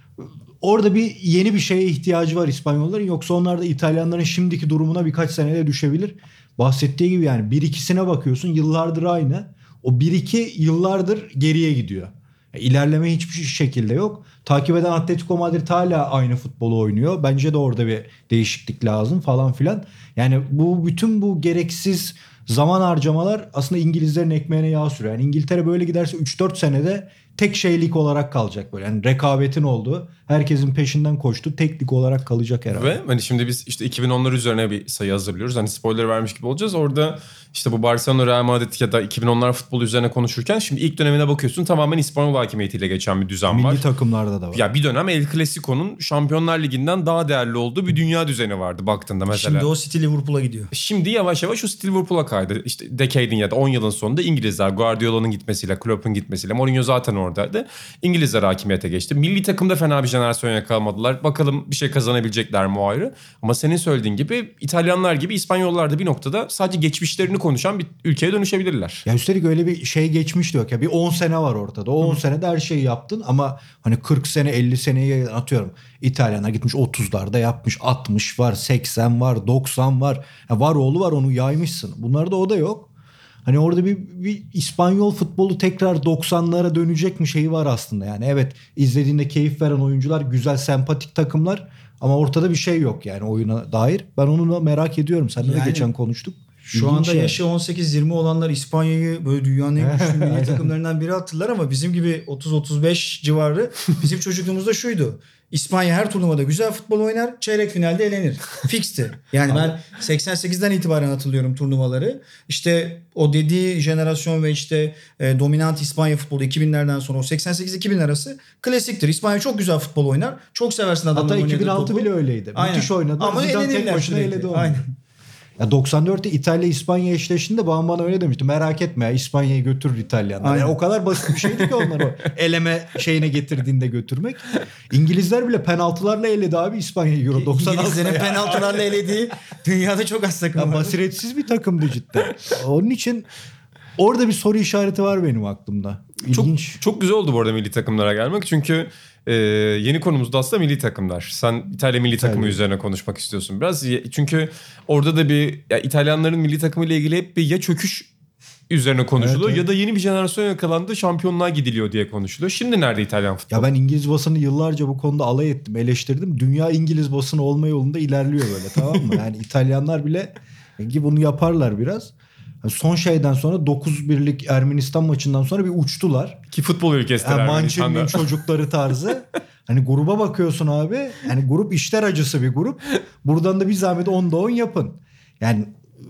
Orada bir yeni bir şeye ihtiyacı var İspanyolların. Yoksa onlar da İtalyanların şimdiki durumuna birkaç senede düşebilir. Bahsettiği gibi yani bir ikisine bakıyorsun yıllardır aynı. O bir iki yıllardır geriye gidiyor. Yani ilerleme hiçbir şekilde yok. Takip eden Atletico Madrid hala aynı futbolu oynuyor. Bence de orada bir değişiklik lazım falan filan. Yani bu bütün bu gereksiz zaman harcamalar aslında İngilizlerin ekmeğine yağ sürüyor. Yani İngiltere böyle giderse üç dört senede tek şeylik olarak kalacak böyle. Yani rekabetin olduğu, herkesin peşinden koştuğu tek lig olarak kalacak herhalde. Ve hani şimdi biz işte iki bin onlar üzerine bir sayı hazırlıyoruz. Hani spoiler vermiş gibi olacağız. Orada işte bu Barcelona, Real Madrid ya da iki bin onlar futbolu üzerine konuşurken şimdi ilk dönemine bakıyorsun, tamamen İspanyol hakimiyetiyle geçen bir düzen Milli var. Milli takımlarda da var. Ya bir dönem El Clasico'nun Şampiyonlar Ligi'nden daha değerli olduğu bir dünya düzeni vardı baktığında mesela. Şimdi o City Liverpool'a gidiyor. Şimdi yavaş yavaş o City Liverpool'a kaydı. İşte decade'in ya da on yılın sonunda İngilizler, Guardiola'nın gitmesiyle, Klopp'un gitmesiyle, Mourinho zaten oradaydı. İngilizler hakimiyete geçti. Milli takımda fena bir jenerasyon yakalamadılar. Bakalım bir şey kazanabilecekler mi, o ayrı. Ama senin söylediğin gibi İtalyanlar gibi İspanyollar da bir noktada sadece geçmişlerini konuşan bir ülkeye dönüşebilirler. Ya üstelik öyle bir şey geçmiş diyor ya, bir on sene var ortada. O on senede her şeyi yaptın ama hani kırk sene elli seneye atıyorum. İtalyanlar gitmiş otuzlarda yapmış, altmış var, seksen var, doksan var. Ya var oğlu var, onu yaymışsın. Bunlarda o da yok. Hani orada bir, bir İspanyol futbolu tekrar doksanlara dönecek mi şeyi var aslında. Yani evet, izlediğinde keyif veren oyuncular, güzel sempatik takımlar ama ortada bir şey yok yani oyuna dair. Ben onu da merak ediyorum. Seninle Yani, de geçen konuştuk. Şu İlginç anda yani. yaşı on sekiz yirmi olanlar İspanya'yı böyle dünyanın en güçlü milli takımlarından biri hatırlar ama bizim gibi otuz otuz beş civarı bizim çocukluğumuzda şuydu. İspanya her turnuvada güzel futbol oynar, çeyrek finalde elenir. Fixti. Yani ben seksen sekizden itibaren hatırlıyorum turnuvaları. İşte o dediği jenerasyon ve işte e, dominant İspanya futbolu iki binlerden sonra o seksen sekiz iki bin arası klasiktir. İspanya çok güzel futbol oynar. Çok seversin adamın Hatta oynadığı iki bin altı topu. bile öyleydi. Aynen. Müthiş oynadı. Ama Zidane tek elenirler başına sürekli. eledi onu. Aynen. Ya doksan dörtte İtalya İspanya eşleştiğinde babam bana öyle demişti. Merak etme ya, İspanya'yı götürür İtalyanlar. Yani o kadar basit bir şeydi ki onları eleme şeyine getirdiğinde götürmek. İngilizler bile penaltılarla eledi abi İspanya'yı Euro doksan altıda. İngilizlerin penaltılarla elediği dünyada çok az takım Ya var. basiretsiz bir takımdı cidden. Onun için orada bir soru işareti var benim aklımda. İlginç. Çok, çok güzel oldu bu arada milli takımlara gelmek. Çünkü e, yeni konumuz da aslında milli takımlar. Sen İtalya milli takımı İtalya. üzerine konuşmak istiyorsun biraz. Çünkü orada da bir ya İtalyanların milli takımı ile ilgili hep bir ya çöküş üzerine konuşuluyor Evet, evet. ya da yeni bir jenerasyon yakalandı, şampiyonluğa gidiliyor diye konuşuluyor. Şimdi nerede İtalyan futbolu? Ya ben İngiliz basını yıllarca bu konuda alay ettim, eleştirdim. Dünya İngiliz basını olma yolunda ilerliyor böyle, tamam mı? Yani İtalyanlar bile ki bunu yaparlar biraz. Son şeyden sonra dokuz birlik Ermenistan maçından sonra bir uçtular. Ki futbol ülkesiler. Yani Ermenistan'da. Mancini'nin çocukları tarzı. Hani gruba bakıyorsun abi. Yani grup işler acısı bir grup. Buradan da bir zahmet onda on yapın. Yani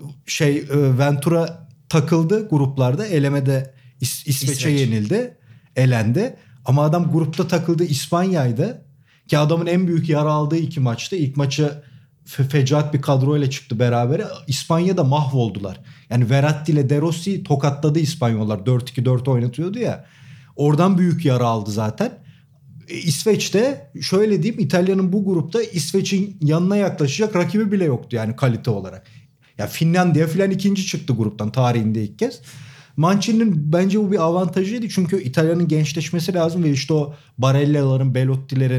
şey Ventura takıldı gruplarda. Elemede İs- İsveç'e İsveç. yenildi. Elendi. Ama adam grupta takıldı, İspanya'ydı. Ki adamın en büyük yara aldığı iki maçtı. İlk maçı fe- fecaat bir kadroyla çıktı berabere. İspanya'da mahvoldular. Yani Verratti ile De Rossi tokatladı İspanyollar. dört iki dört oynatıyordu ya. Oradan büyük yara aldı zaten. E, İsveç'te şöyle diyeyim, İtalya'nın bu grupta İsveç'in yanına yaklaşacak rakibi bile yoktu yani kalite olarak. Ya Finlandiya filan ikinci çıktı gruptan tarihinde ilk kez. Mancini'nin bence bu bir avantajıydı çünkü İtalya'nın gençleşmesi lazım ve işte o Barella'ların, Belotti'lerin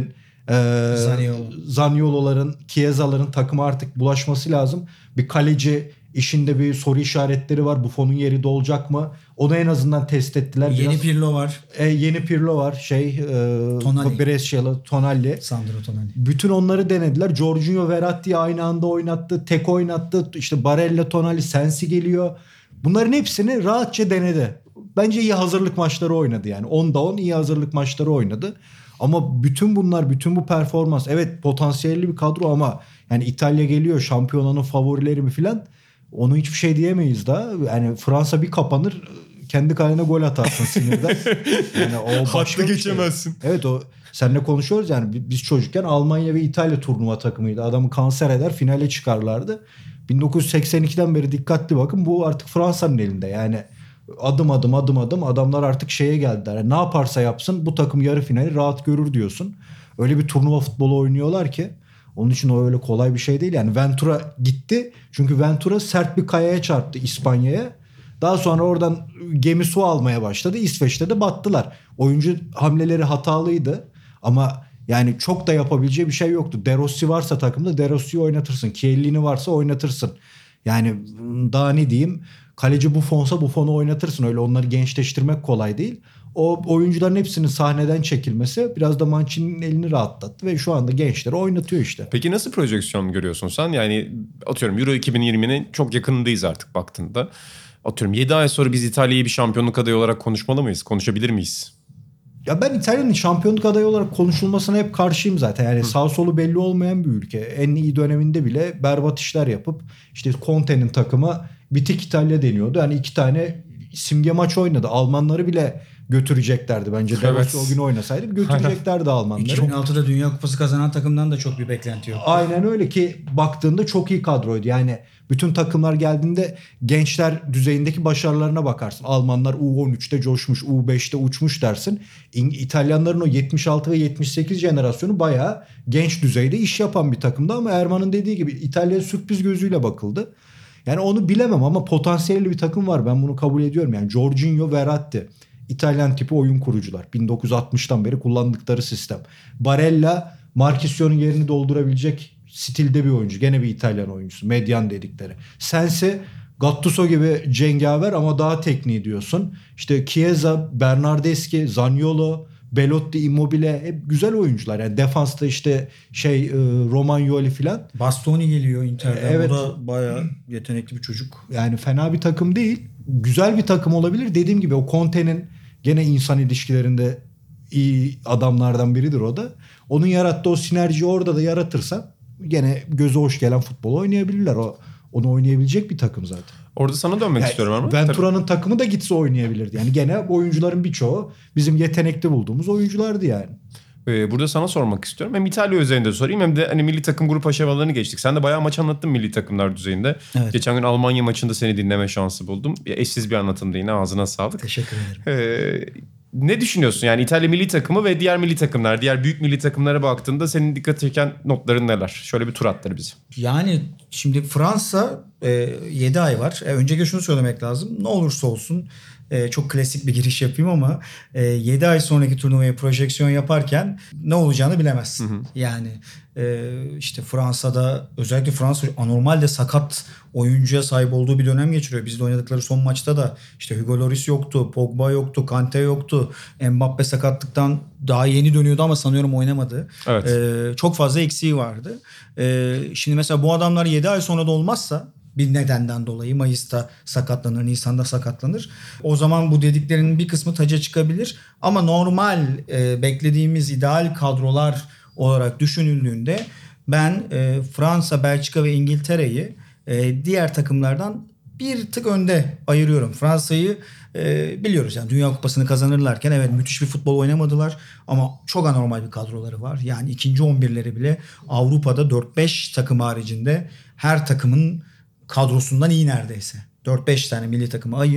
Ee, Zaniolo. Zaniolo'ların, Chiesa'ların takıma artık bulaşması lazım. Bir kaleci işinde bir soru işaretleri var. Buffon'un yeri dolacak mı? Onu en azından test ettiler. Yeni Biraz, Pirlo var. e, yeni Pirlo var. Şey, e, Tonali. Brescia'lı Tonali. Sandro Tonali. Bütün onları denediler. Jorginho, Verratti'yi aynı anda oynattı. Tek oynattı. İşte Barella, Tonali, Sensi geliyor. Bunların hepsini rahatça denedi. Bence iyi hazırlık maçları oynadı yani. onda on iyi hazırlık maçları oynadı. Ama bütün bunlar, bütün bu performans, evet potansiyelli bir kadro ama yani İtalya geliyor, şampiyonanın favorileri mi filan, onu hiçbir şey diyemeyiz daha. Yani Fransa bir kapanır, kendi kalene gol atarsın sinirden. Yani o Hattı geçemezsin. Şey. Evet, o seninle konuşuyoruz yani, biz çocukken Almanya ve İtalya turnuva takımıydı. Adamı kanser eder, finale çıkarlardı. bin dokuz yüz seksen ikiden beri dikkatli bakın, bu artık Fransa'nın elinde. Yani adım adım adım adım adamlar artık şeye geldiler. Yani ne yaparsa yapsın bu takım yarı finali rahat görür diyorsun. Öyle bir turnuva futbolu oynuyorlar ki onun için o öyle kolay bir şey değil. Yani Ventura gitti çünkü Ventura sert bir kayaya çarptı İspanya'ya. Daha sonra oradan gemi su almaya başladı. İsveç'te de battılar. Oyuncu hamleleri hatalıydı ama yani çok da yapabileceği bir şey yoktu. De Rossi varsa takımda De Rossi'yi oynatırsın. Chiellini varsa oynatırsın. Yani daha ne diyeyim? Kaleci Buffon'sa Buffon'u oynatırsın. Öyle onları gençleştirmek kolay değil. O oyuncuların hepsinin sahneden çekilmesi biraz da Mancini'nin elini rahatlattı ve şu anda gençleri oynatıyor işte. Peki nasıl projeksiyon görüyorsun sen? Yani atıyorum Euro iki bin yirminin çok yakınındayız artık baktığında. Atıyorum yedi ay sonra biz İtalya'yı bir şampiyonluk adayı olarak konuşmalı mıyız? Konuşabilir miyiz? Ya ben İtalya'nın şampiyonluk adayı olarak konuşulmasına hep karşıyım zaten. Yani Hı. sağ solu belli olmayan bir ülke. En iyi döneminde bile berbat işler yapıp işte Conte'nin takımı bitik İtalya deniyordu. Yani iki tane simge maç oynadı. Almanları bile götüreceklerdi bence. Evet. De Rossi o gün oynasaydı götüreceklerdi Almanları. iki bin altıda Dünya Kupası kazanan takımdan da çok bir beklenti yok. Aynen öyle ki baktığında çok iyi kadroydu. Yani bütün takımlar geldiğinde gençler düzeyindeki başarılarına bakarsın. Almanlar U on üçte coşmuş, U beşte uçmuş dersin. İtalyanların o yetmiş altı ve yetmiş sekiz jenerasyonu bayağı genç düzeyde iş yapan bir takımdı ama Erman'ın dediği gibi İtalya'ya sürpriz gözüyle bakıldı. Yani onu bilemem ama potansiyelli bir takım var. Ben bunu kabul ediyorum. Yani Jorginho, Verratti. İtalyan tipi oyun kurucular. bin dokuz yüz altmıştan beri kullandıkları sistem. Barella, Marchisio'nun yerini doldurabilecek stilde bir oyuncu. Gene bir İtalyan oyuncusu. Medyan dedikleri. Sensi, Gattuso gibi cengaver ama daha tekniği diyorsun. İşte Chiesa, Bernardeschi, Zaniolo, Belotti, Immobile hep güzel oyuncular. Yani defansta işte şey Romagnoli filan. Bastoni geliyor Inter'den. Evet. O da bayağı yetenekli bir çocuk. Yani fena bir takım değil. Güzel bir takım olabilir. Dediğim gibi o Conte'nin gene insan ilişkilerinde iyi adamlardan biridir o da. Onun yarattığı o sinerjiyi orada da yaratırsa gene göze hoş gelen futbol oynayabilirler. O onu oynayabilecek bir takım zaten. Orada sana dönmek yani, istiyorum ama. Ventura'nın Tabii. takımı da gitse oynayabilirdi. Yani gene oyuncuların birçoğu bizim yetenekli bulduğumuz oyunculardı yani. Ee, burada sana sormak istiyorum. Hem İtalya üzerinde sorayım hem de hani milli takım grup aşamalarını geçtik. Sen de bayağı maç anlattın milli takımlar düzeyinde. Evet. Geçen gün Almanya maçında seni dinleme şansı buldum. Ya, eşsiz bir anlatımdı yine, ağzına sağlık. Teşekkür ederim. Ee, ne düşünüyorsun yani İtalya milli takımı ve diğer milli takımlar, diğer büyük milli takımlara baktığında senin dikkat çeken notların neler? Şöyle bir tur atları bizi. Yani şimdi Fransa e, yedi ay var. E, önceki şunu söylemek lazım. Ne olursa olsun e, çok klasik bir giriş yapayım ama e, yedi ay sonraki turnuvaya projeksiyon yaparken ne olacağını bilemezsin. Hı hı. Yani e, işte Fransa'da özellikle Fransa anormalde sakat oyuncuya sahip olduğu bir dönem geçiriyor. Bizde oynadıkları son maçta da işte Hugo Lloris yoktu, Pogba yoktu, Kante yoktu. Mbappe sakatlıktan daha yeni dönüyordu ama sanıyorum oynamadı. Evet. E, çok fazla eksiği vardı. E, şimdi mesela bu adamlar yedi ay sonra da olmazsa bir nedenden dolayı Mayıs'ta sakatlanır, Nisan'da sakatlanır. O zaman bu dediklerinin bir kısmı taca çıkabilir. Ama normal e, beklediğimiz ideal kadrolar olarak düşünüldüğünde ben e, Fransa, Belçika ve İngiltere'yi e, diğer takımlardan bir tık önde ayırıyorum. Fransa'yı e, biliyoruz yani Dünya Kupası'nı kazanırlarken evet müthiş bir futbol oynamadılar ama çok anormal bir kadroları var. Yani ikinci on birleri bile Avrupa'da dört beş takım haricinde her takımın kadrosundan iyi neredeyse. dört beş tane milli takımı ayır.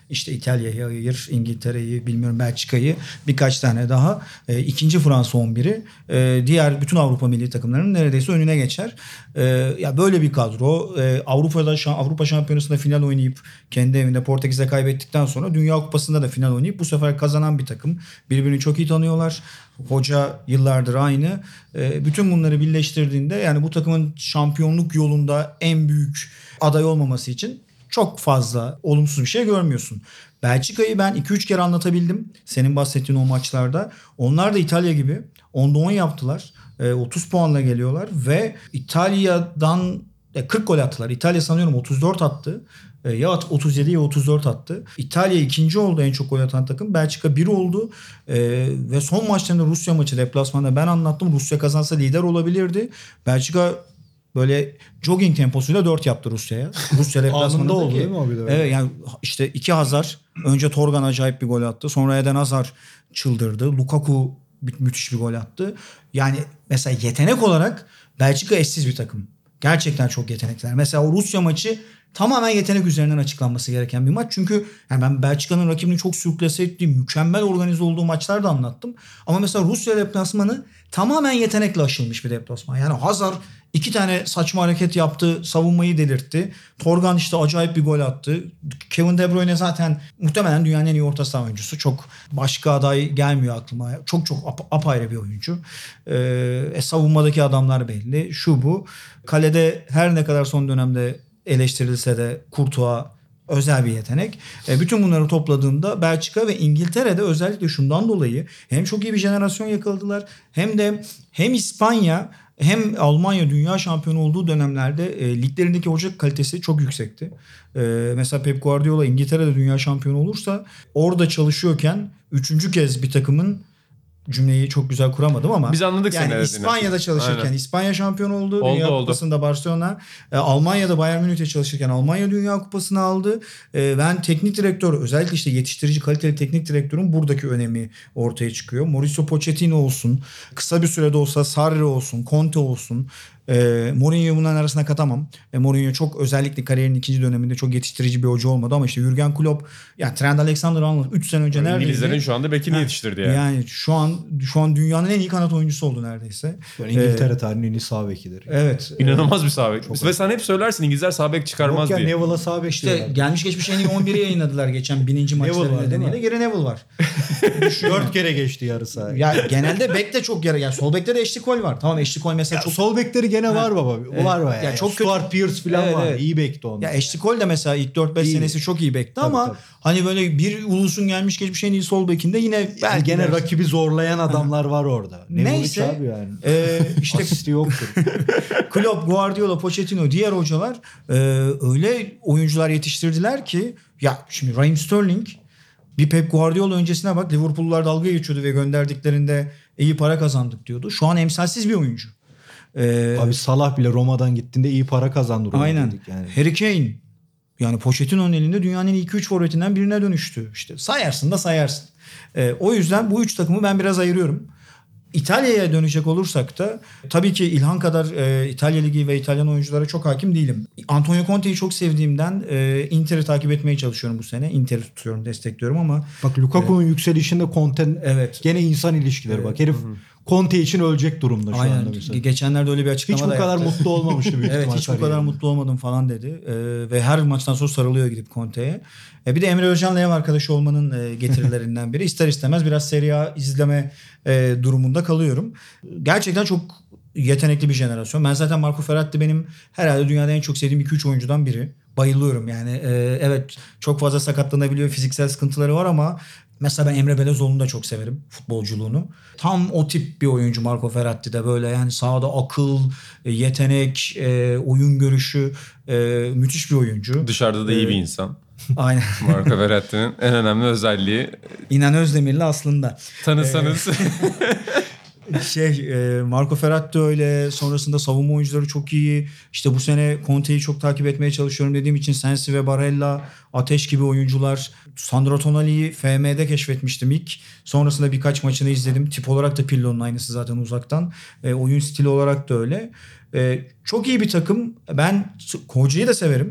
İşte İtalya'yı ayır, İngiltere'yi, bilmiyorum Belçika'yı, birkaç tane daha. E, ikinci Fransa on biri. E, diğer bütün Avrupa milli takımlarının neredeyse önüne geçer. E, ya böyle bir kadro. E, Avrupa'da Avrupa Şampiyonası'nda final oynayıp kendi evinde Portekiz'e kaybettikten sonra Dünya Kupası'nda da final oynayıp bu sefer kazanan bir takım. Birbirini çok iyi tanıyorlar. Hoca yıllardır aynı. E, bütün bunları birleştirdiğinde yani bu takımın şampiyonluk yolunda en büyük aday olmaması için çok fazla olumsuz bir şey görmüyorsun. Belçika'yı ben iki üç kere anlatabildim. Senin bahsettiğin o maçlarda. Onlar da İtalya gibi onda on yaptılar. E, otuz puanla geliyorlar ve İtalya'dan kırk gol attılar. İtalya sanıyorum otuz dört attı. Ya otuz yedi ya otuz dört attı. İtalya ikinci oldu en çok gol atan takım. Belçika bir oldu. Ee, ve son maçlarında Rusya maçı deplasmanda ben anlattım. Rusya kazansa lider olabilirdi. Belçika böyle jogging temposuyla dört yaptı Rusya'ya. Rusya deplasmanında oldu değil mi abi? Evet yani işte iki Hazar. Önce Torgan acayip bir gol attı. Sonra Eden Hazar çıldırdı. Lukaku mü- müthiş bir gol attı. Yani mesela yetenek olarak Belçika eşsiz bir takım. Gerçekten çok yetenekler. Mesela o Rusya maçı tamamen yetenek üzerinden açıklanması gereken bir maç. Çünkü yani ben Belçika'nın rakibini çok sürklase ettiği, mükemmel organize olduğu maçlar da anlattım. Ama mesela Rusya deplasmanı tamamen yetenekle aşılmış bir deplasman. Yani Hazar iki tane saçma hareket yaptı, savunmayı delirtti. Torgan işte acayip bir gol attı. Kevin De Bruyne zaten muhtemelen dünyanın en iyi orta saha oyuncusu. Çok başka aday gelmiyor aklıma. Çok çok ap- apayrı bir oyuncu. Ee, e, savunmadaki adamlar belli. Şu bu. Kalede her ne kadar son dönemde eleştirilse de Courtois özel bir yetenek. E, bütün bunları topladığında Belçika ve İngiltere'de özellikle şundan dolayı hem çok iyi bir jenerasyon yakaladılar hem de hem İspanya hem Almanya dünya şampiyonu olduğu dönemlerde e, liglerindeki hoca kalitesi çok yüksekti. E, mesela Pep Guardiola İngiltere'de dünya şampiyonu olursa orada çalışıyorken üçüncü kez bir takımın cümleyi çok güzel kuramadım ama biz anladık yani seni İspanya'da çalışırken Aynen. İspanya şampiyon oldu. Oldu, Dünya oldu. Kupası'nda Barcelona. E, Almanya'da Bayern Münih'te çalışırken Almanya Dünya Kupası'nı aldı. E, ben teknik direktör özellikle işte yetiştirici kaliteli teknik direktörün buradaki önemi ortaya çıkıyor. Mauricio Pochettino olsun. Kısa bir sürede olsa Sarri olsun. Conte olsun. E, Mourinho'yu bunların arasına katamam. E, Mourinho çok özellikle kariyerinin ikinci döneminde çok yetiştirici bir hoca olmadı ama işte Jurgen Klopp yani Trent Alexander-Arnold üç sene önce neredeydi? İngilizlerin şu anda bekini Ha, yetiştirdi yani. Yani şu an şu an dünyanın en iyi kanat oyuncusu oldu neredeyse. Yani İngiltere ee, tarihinin en iyi sağ bekidir. Evet. İnanılmaz bir sağ bek. Ve sen hep söylersin İngilizler sağ bek çıkarmaz Yok diye. ya Neville'a sağ bek İşte diyorlar. gelmiş geçmiş en iyi on biri yayınladılar geçen bininci maçları nedeniyle. Geri Neville var. Dört kere geçti yarı sahaya. Ya genelde bek de çok yarı. Yani sol bekte de Ashley Cole var. Tamam Ashley Cole mesela ya çok... Sol bekleri gene var baba. Evet. Var var. Ya Yani. çok Stuart kötü... Pearce falan evet, var. evet. İyi bekti onlar. Ya Ashley Cole de mesela ilk dört beş senesi çok iyi bekti tabii, ama tabii. Hani böyle bir ulusun gelmiş geçmiş en iyi sol bekinde yine belki gene dersin. Rakibi zorlayan adamlar var orada. Neyse. Abi yani. E, işte asisti yoktur. Klopp, Guardiola, Pochettino, diğer hocalar e, öyle oyuncular yetiştirdiler ki ya şimdi Raheem Sterling bir Pep Guardiola öncesine bak Liverpool'lular dalga geçiyordu ve gönderdiklerinde iyi para kazandık diyordu. Şu an emsalsiz bir oyuncu. Ee, Abi Salah bile Roma'dan gittiğinde iyi para kazandı. Aynen. Yani. Harry Kane yani Pochettino'nun elinde dünyanın iki üç forvetinden birine dönüştü. İşte sayarsın da sayarsın. Ee, o yüzden bu üç takımı ben biraz ayırıyorum. İtalya'ya dönecek olursak da tabii ki İlhan kadar e, İtalya Ligi ve İtalyan oyunculara çok hakim değilim. Antonio Conte'yi çok sevdiğimden e, Inter'i takip etmeye çalışıyorum bu sene. Inter'i tutuyorum, destekliyorum ama... Bak Lukaku'nun e, yükselişinde Conte evet. gene insan ilişkileri evet. bak. Herif hı-hı. Conte için ölecek durumda şu Aynen. anda mesela. Geçenlerde öyle bir açıklama hiç bu kadar yaptı. mutlu olmamıştı büyük evet hiç bu kadar mutlu olmadım falan dedi. Ee, ve her maçtan sonra sarılıyor gidip Conte'ye. Ee, bir de Emre Özcan'la ev arkadaşı olmanın e, getirilerinden biri. İster istemez biraz Serie A izleme e, durumunda kalıyorum. Gerçekten çok yetenekli bir jenerasyon. Ben zaten Marco Verratti benim herhalde dünyada en çok sevdiğim iki üç oyuncudan biri. Bayılıyorum yani. E, evet çok fazla sakatlanabiliyor. Fiziksel sıkıntıları var ama mesela ben Emre Belözoğlu'nu da çok severim futbolculuğunu. Tam o tip bir oyuncu Marco Verratti de böyle yani sahada akıl, yetenek, oyun görüşü müthiş bir oyuncu. Dışarıda da iyi bir insan. Aynen. Marco Verratti'nin en önemli özelliği. İnan Özdemir'le aslında. Tanısanız. şey Marco Verratti öyle, sonrasında savunma oyuncuları çok iyi. İşte bu sene Conte'yi çok takip etmeye çalışıyorum dediğim için Sensi ve Barella ateş gibi oyuncular. Sandro Tonali'yi F M'de keşfetmiştim ilk. Sonrasında birkaç maçını izledim. Tip olarak da Pirlo'nun aynısı zaten uzaktan. E, oyun stili olarak da öyle. E, çok iyi bir takım. Ben hocayı da severim.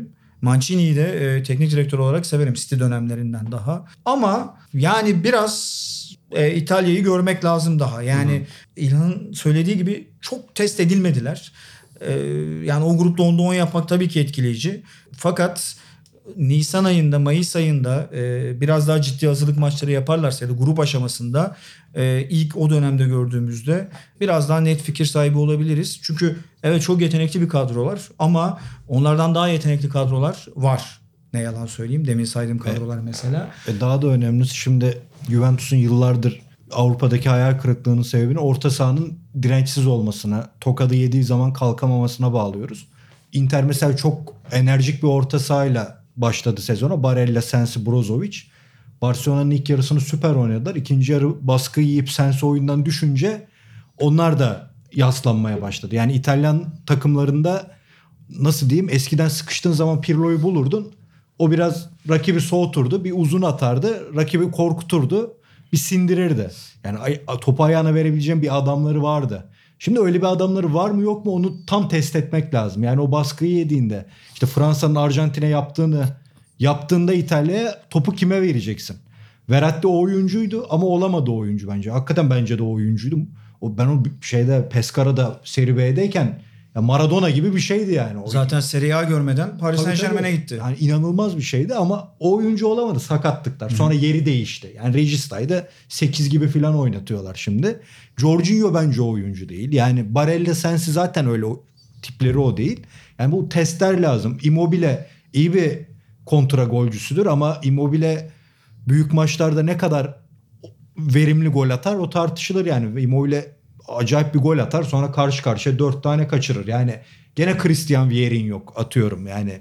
Mancini'yi de e, teknik direktör olarak severim City dönemlerinden daha. Ama yani biraz e, İtalya'yı görmek lazım daha. Yani İlhan'ın söylediği gibi çok test edilmediler. E, yani o grupta onda on yapmak tabii ki etkileyici. Fakat Nisan ayında, Mayıs ayında e, biraz daha ciddi hazırlık maçları yaparlarsa ya da grup aşamasında e, ilk o dönemde gördüğümüzde biraz daha net fikir sahibi olabiliriz. Çünkü evet çok yetenekli bir kadro var ama onlardan daha yetenekli kadrolar var. Ne yalan söyleyeyim. Demin saydığım kadrolar mesela. E daha da önemlisi şimdi Juventus'un yıllardır Avrupa'daki hayal kırıklığının sebebini orta sahanın dirençsiz olmasına, tokadı yediği zaman kalkamamasına bağlıyoruz. Inter mesela çok enerjik bir orta sahayla başladı sezona. Barella, Sensi, Brozovic. Barcelona'nın ilk yarısını süper oynadılar. İkinci yarı baskı yiyip Sensi oyundan düşünce onlar da yaslanmaya başladı. Yani İtalyan takımlarında nasıl diyeyim, eskiden sıkıştığın zaman Pirlo'yu bulurdun. O biraz rakibi soğuturdu. Bir uzun atardı. Rakibi korkuturdu. Bir sindirirdi. Yani topu ayağına verebileceğim bir adamları vardı. Şimdi öyle bir adamları var mı yok mu onu tam test etmek lazım. Yani o baskıyı yediğinde işte Fransa'nın Arjantin'e yaptığını yaptığında İtalya'ya topu kime vereceksin? Verratti o oyuncuydu ama olamadı o oyuncu bence. Hakikaten bence de o oyuncuydu. O, ben o şeyde Pescara'da Serie B'deyken ya Maradona gibi bir şeydi yani. O Zaten Serie A görmeden Paris Saint-Germain'e gitti. Yani inanılmaz bir şeydi ama o oyuncu olamadı, sakatlıklar. Sonra Hı. yeri değişti. Yani Regista'yı sekiz gibi falan oynatıyorlar şimdi. Jorginho bence o oyuncu değil. Yani Barella, Sensi zaten öyle o, tipleri o değil. Yani bu testler lazım. Immobile iyi bir kontra golcüsüdür ama Immobile büyük maçlarda ne kadar verimli gol atar o tartışılır yani. Immobile acayip bir gol atar sonra karşı karşıya dört tane kaçırır. Yani gene Christian Vieri'nin yok atıyorum yani.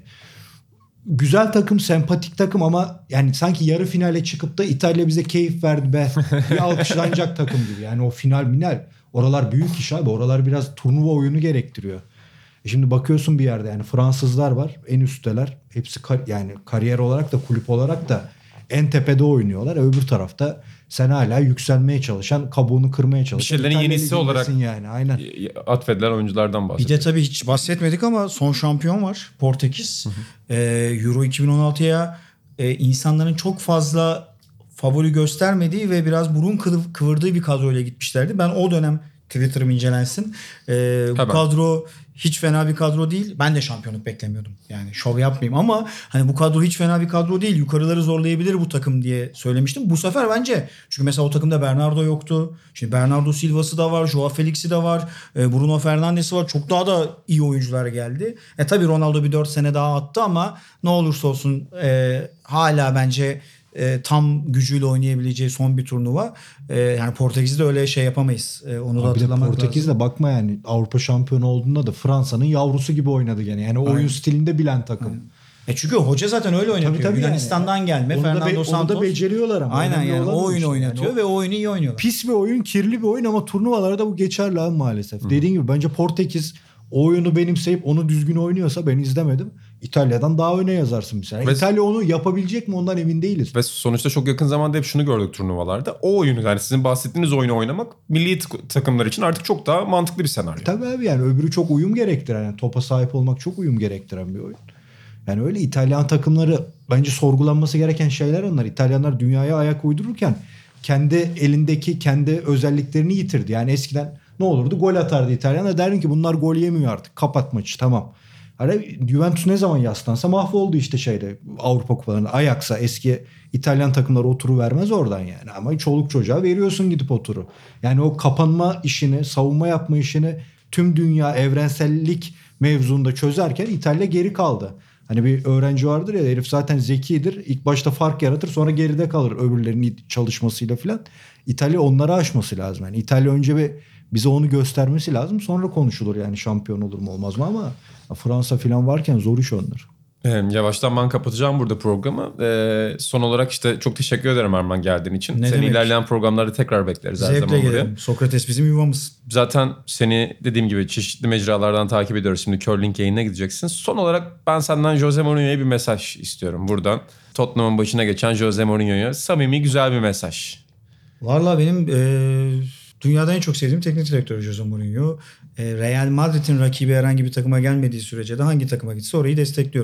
Güzel takım, sempatik takım ama yani sanki yarı finale çıkıp da İtalya bize keyif verdi be. Bir alkışlanacak takım gibi. Yani o final minal. Oralar büyük iş abi. Oralar biraz turnuva oyunu gerektiriyor. E şimdi bakıyorsun bir yerde yani Fransızlar var. En üstteler. Hepsi kar- yani kariyer olarak da kulüp olarak da en tepede oynuyorlar. Öbür tarafta sen hala yükselmeye çalışan, kabuğunu kırmaya çalışan. Bir şeylerin yenisi olarak yani. Aynen. atfedilen oyunculardan bahsediyoruz. Bir de tabii hiç bahsetmedik ama son şampiyon var Portekiz. Ee, Euro iki bin on altıya e, insanların çok fazla favori göstermediği ve biraz burun kıv- kıvırdığı bir kadroyla gitmişlerdi. Ben o dönem Twitter'ım incelensin. Ee, bu kadro hiç fena bir kadro değil. Ben de şampiyonluk beklemiyordum. Yani şov yapmayayım ama hani bu kadro hiç fena bir kadro değil. Yukarıları zorlayabilir bu takım diye söylemiştim. Bu sefer bence çünkü mesela o takımda Bernardo yoktu. Şimdi Bernardo Silva'sı da var. Joao Felix'i de var. Bruno Fernandes'i var. Çok daha da iyi oyuncular geldi. E tabii Ronaldo bir dört sene daha attı ama ne olursa olsun e, hala bence E, tam gücüyle oynayabileceği son bir turnuva. E, yani Portekiz'de öyle şey yapamayız. E, onu da hatırlamak lazım. Portekiz'de bakma yani Avrupa şampiyonu olduğunda da Fransa'nın yavrusu gibi oynadı gene. Yani oyun Aynen. stilinde bilen takım. Aynen. E çünkü hoca zaten öyle oynatıyor. Tabii, tabii Yunanistan'dan yani. gelme. Onu Fernando da be, Santos. Onu da beceriyorlar ama. Aynen yani o oyunu işte. oynatıyor yani ve o oyunu iyi oynuyorlar. Pis bir oyun, kirli bir oyun ama turnuvalarda bu geçerli abi maalesef. Hı. Dediğim gibi bence Portekiz o oyunu benimseyip onu düzgün oynuyorsa ben izlemedim. İtalya'dan daha öne yazarsın mesela. Ve İtalya onu yapabilecek mi ondan emin değiliz. Ve sonuçta çok yakın zamanda hep şunu gördük turnuvalarda. O oyunu yani sizin bahsettiğiniz oyunu oynamak milli t- takımlar için artık çok daha mantıklı bir senaryo. Tabii abi yani öbürü çok uyum gerektiren. Yani topa sahip olmak çok uyum gerektiren bir oyun. Yani öyle İtalyan takımları bence sorgulanması gereken şeyler onlar. İtalyanlar dünyaya ayak uydururken kendi elindeki kendi özelliklerini yitirdi. Yani eskiden ne olurdu? Gol atardı İtalyanlar. Derdim ki bunlar gol yemiyor artık. Kapat maçı tamam. Hani Juventus ne zaman yaslansa mahvoldu işte şeyde Avrupa kupalarında. Ajax'a eski İtalyan takımları o turu vermez oradan yani. Ama çoluk çocuğa veriyorsun gidip o turu. Yani o kapanma işini, savunma yapma işini tüm dünya evrensellik mevzunda çözerken İtalya geri kaldı. Hani bir öğrenci vardır ya herif zaten zekidir. İlk başta fark yaratır sonra geride kalır öbürlerinin çalışmasıyla filan. İtalya onları aşması lazım. Yani İtalya önce bir bize onu göstermesi lazım. Sonra konuşulur yani şampiyon olur mu olmaz mı ama Fransa falan varken zor iş onlar. Ee, yavaştan ben kapatacağım burada programı. Ee, son olarak işte çok teşekkür ederim Erman geldiğin için. Ne seni demek? İlerleyen programlarda tekrar bekleriz her Zevkle zaman buraya. gelelim. Sokrates bizim yuvamız. Zaten seni dediğim gibi çeşitli mecralardan takip ediyoruz. Şimdi Curling yayınına gideceksin. Son olarak ben senden Jose Mourinho'ya bir mesaj istiyorum buradan. Tottenham'ın başına geçen Jose Mourinho'ya samimi güzel bir mesaj. Vallahi benim e, dünyada en çok sevdiğim teknik direktör Jose Mourinho. E, Real Madrid'in rakibi herhangi bir takıma gelmediği sürece de hangi takıma gitse orayı destekliyorum.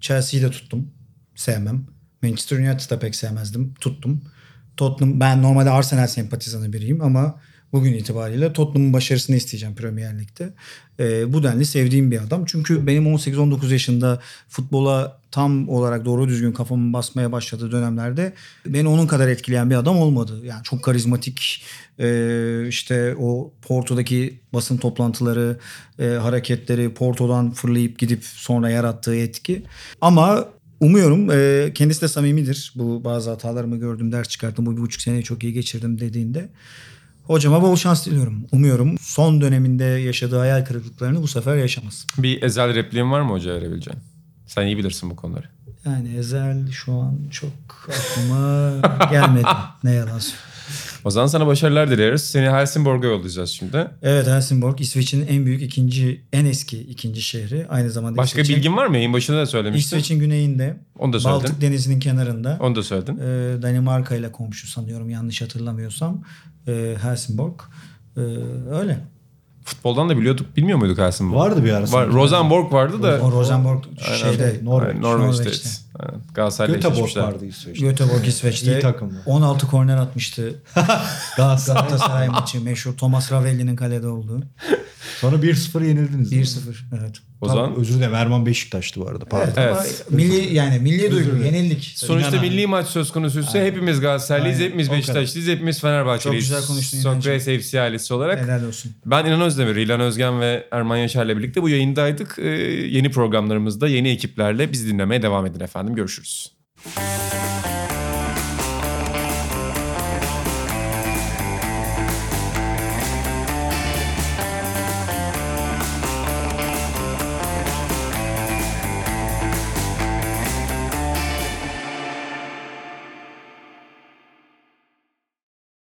Chelsea'yi de tuttum. Sevmem. Manchester United'ı da pek sevmezdim. Tuttum. Tottenham, ben normalde Arsenal sempatizanı biriyim ama bugün itibariyle Tottenham'ın başarısını isteyeceğim Premier Lig'de. Ee, bu denli sevdiğim bir adam. Çünkü benim on sekiz on dokuz yaşında futbola tam olarak doğru düzgün kafamı basmaya başladığı dönemlerde beni onun kadar etkileyen bir adam olmadı. Yani çok karizmatik, e, işte o Porto'daki basın toplantıları, e, hareketleri, Porto'dan fırlayıp gidip sonra yarattığı etki. Ama umuyorum e, kendisi de samimidir. Bu bazı hatalarımı gördüm, ders çıkarttım. Bu bir buçuk seneyi çok iyi geçirdim dediğinde. Hocama bol şans diliyorum. Umuyorum son döneminde yaşadığı hayal kırıklıklarını bu sefer yaşamaz. Bir Ezel repliğin var mı hocaya verebileceğin? Sen iyi bilirsin bu konuları. Yani Ezel şu an çok aklıma gelmedi. Ne yalan söyleyeyim. O zaman sana başarılar dileriz. Seni Helsingborg'a yollayacağız şimdi. Evet, Helsingborg İsveç'in en büyük ikinci, en eski ikinci şehri. Aynı zamanda Başka İsveç'in, bilgin var mı? Yayın başında da söylemiştin. İsveç'in güneyinde. Onu da söyledin. Baltık Denizi'nin kenarında. Onu da söyledin. E, Danimarka ile komşu sanıyorum, yanlış hatırlamıyorsam. E, Helsingborg. E, öyle. Futboldan da biliyorduk. Bilmiyor muyduk Helsingborg? Vardı bir ara. Var. sanki. Rosenborg vardı da. O Rosenborg şeyde, Norveç. Aynen, Norveç'te. Norveç'te. Aynen. Galatasaray'la Göteborg eşleşmişler. vardı İsveç'te. Göteborg İsveç'te İyi takımdı. on altı korner atmıştı. Galatasaray. Galatasaray maçı meşhur Thomas Ravelli'nin kalede olduğu. Sonra bir sıfır yenildiniz. değil bir mi? sıfır evet. O Tamam, zaman özür dilerim, Erman Beşiktaş'tı bu arada. Pardon. Evet, ama Evet. milli yani milli duygu, yenildik. sonuçta İnan abi. milli maç söz konusuysa hepimiz Galatasaraylıyız, Aynen. hepimiz O kadar. Beşiktaşlıyız, hepimiz Fenerbahçeliyiz. Çok güzel konuştun Sokrates F C ailesi olarak. Helal olsun. Ben İnan Özdemir, İlhan Özgen ve Erman Yaşar'la birlikte bu yayındaydık. Ee, yeni programlarımızda, yeni ekiplerle bizi dinlemeye devam edin efendim. Görüşürüz.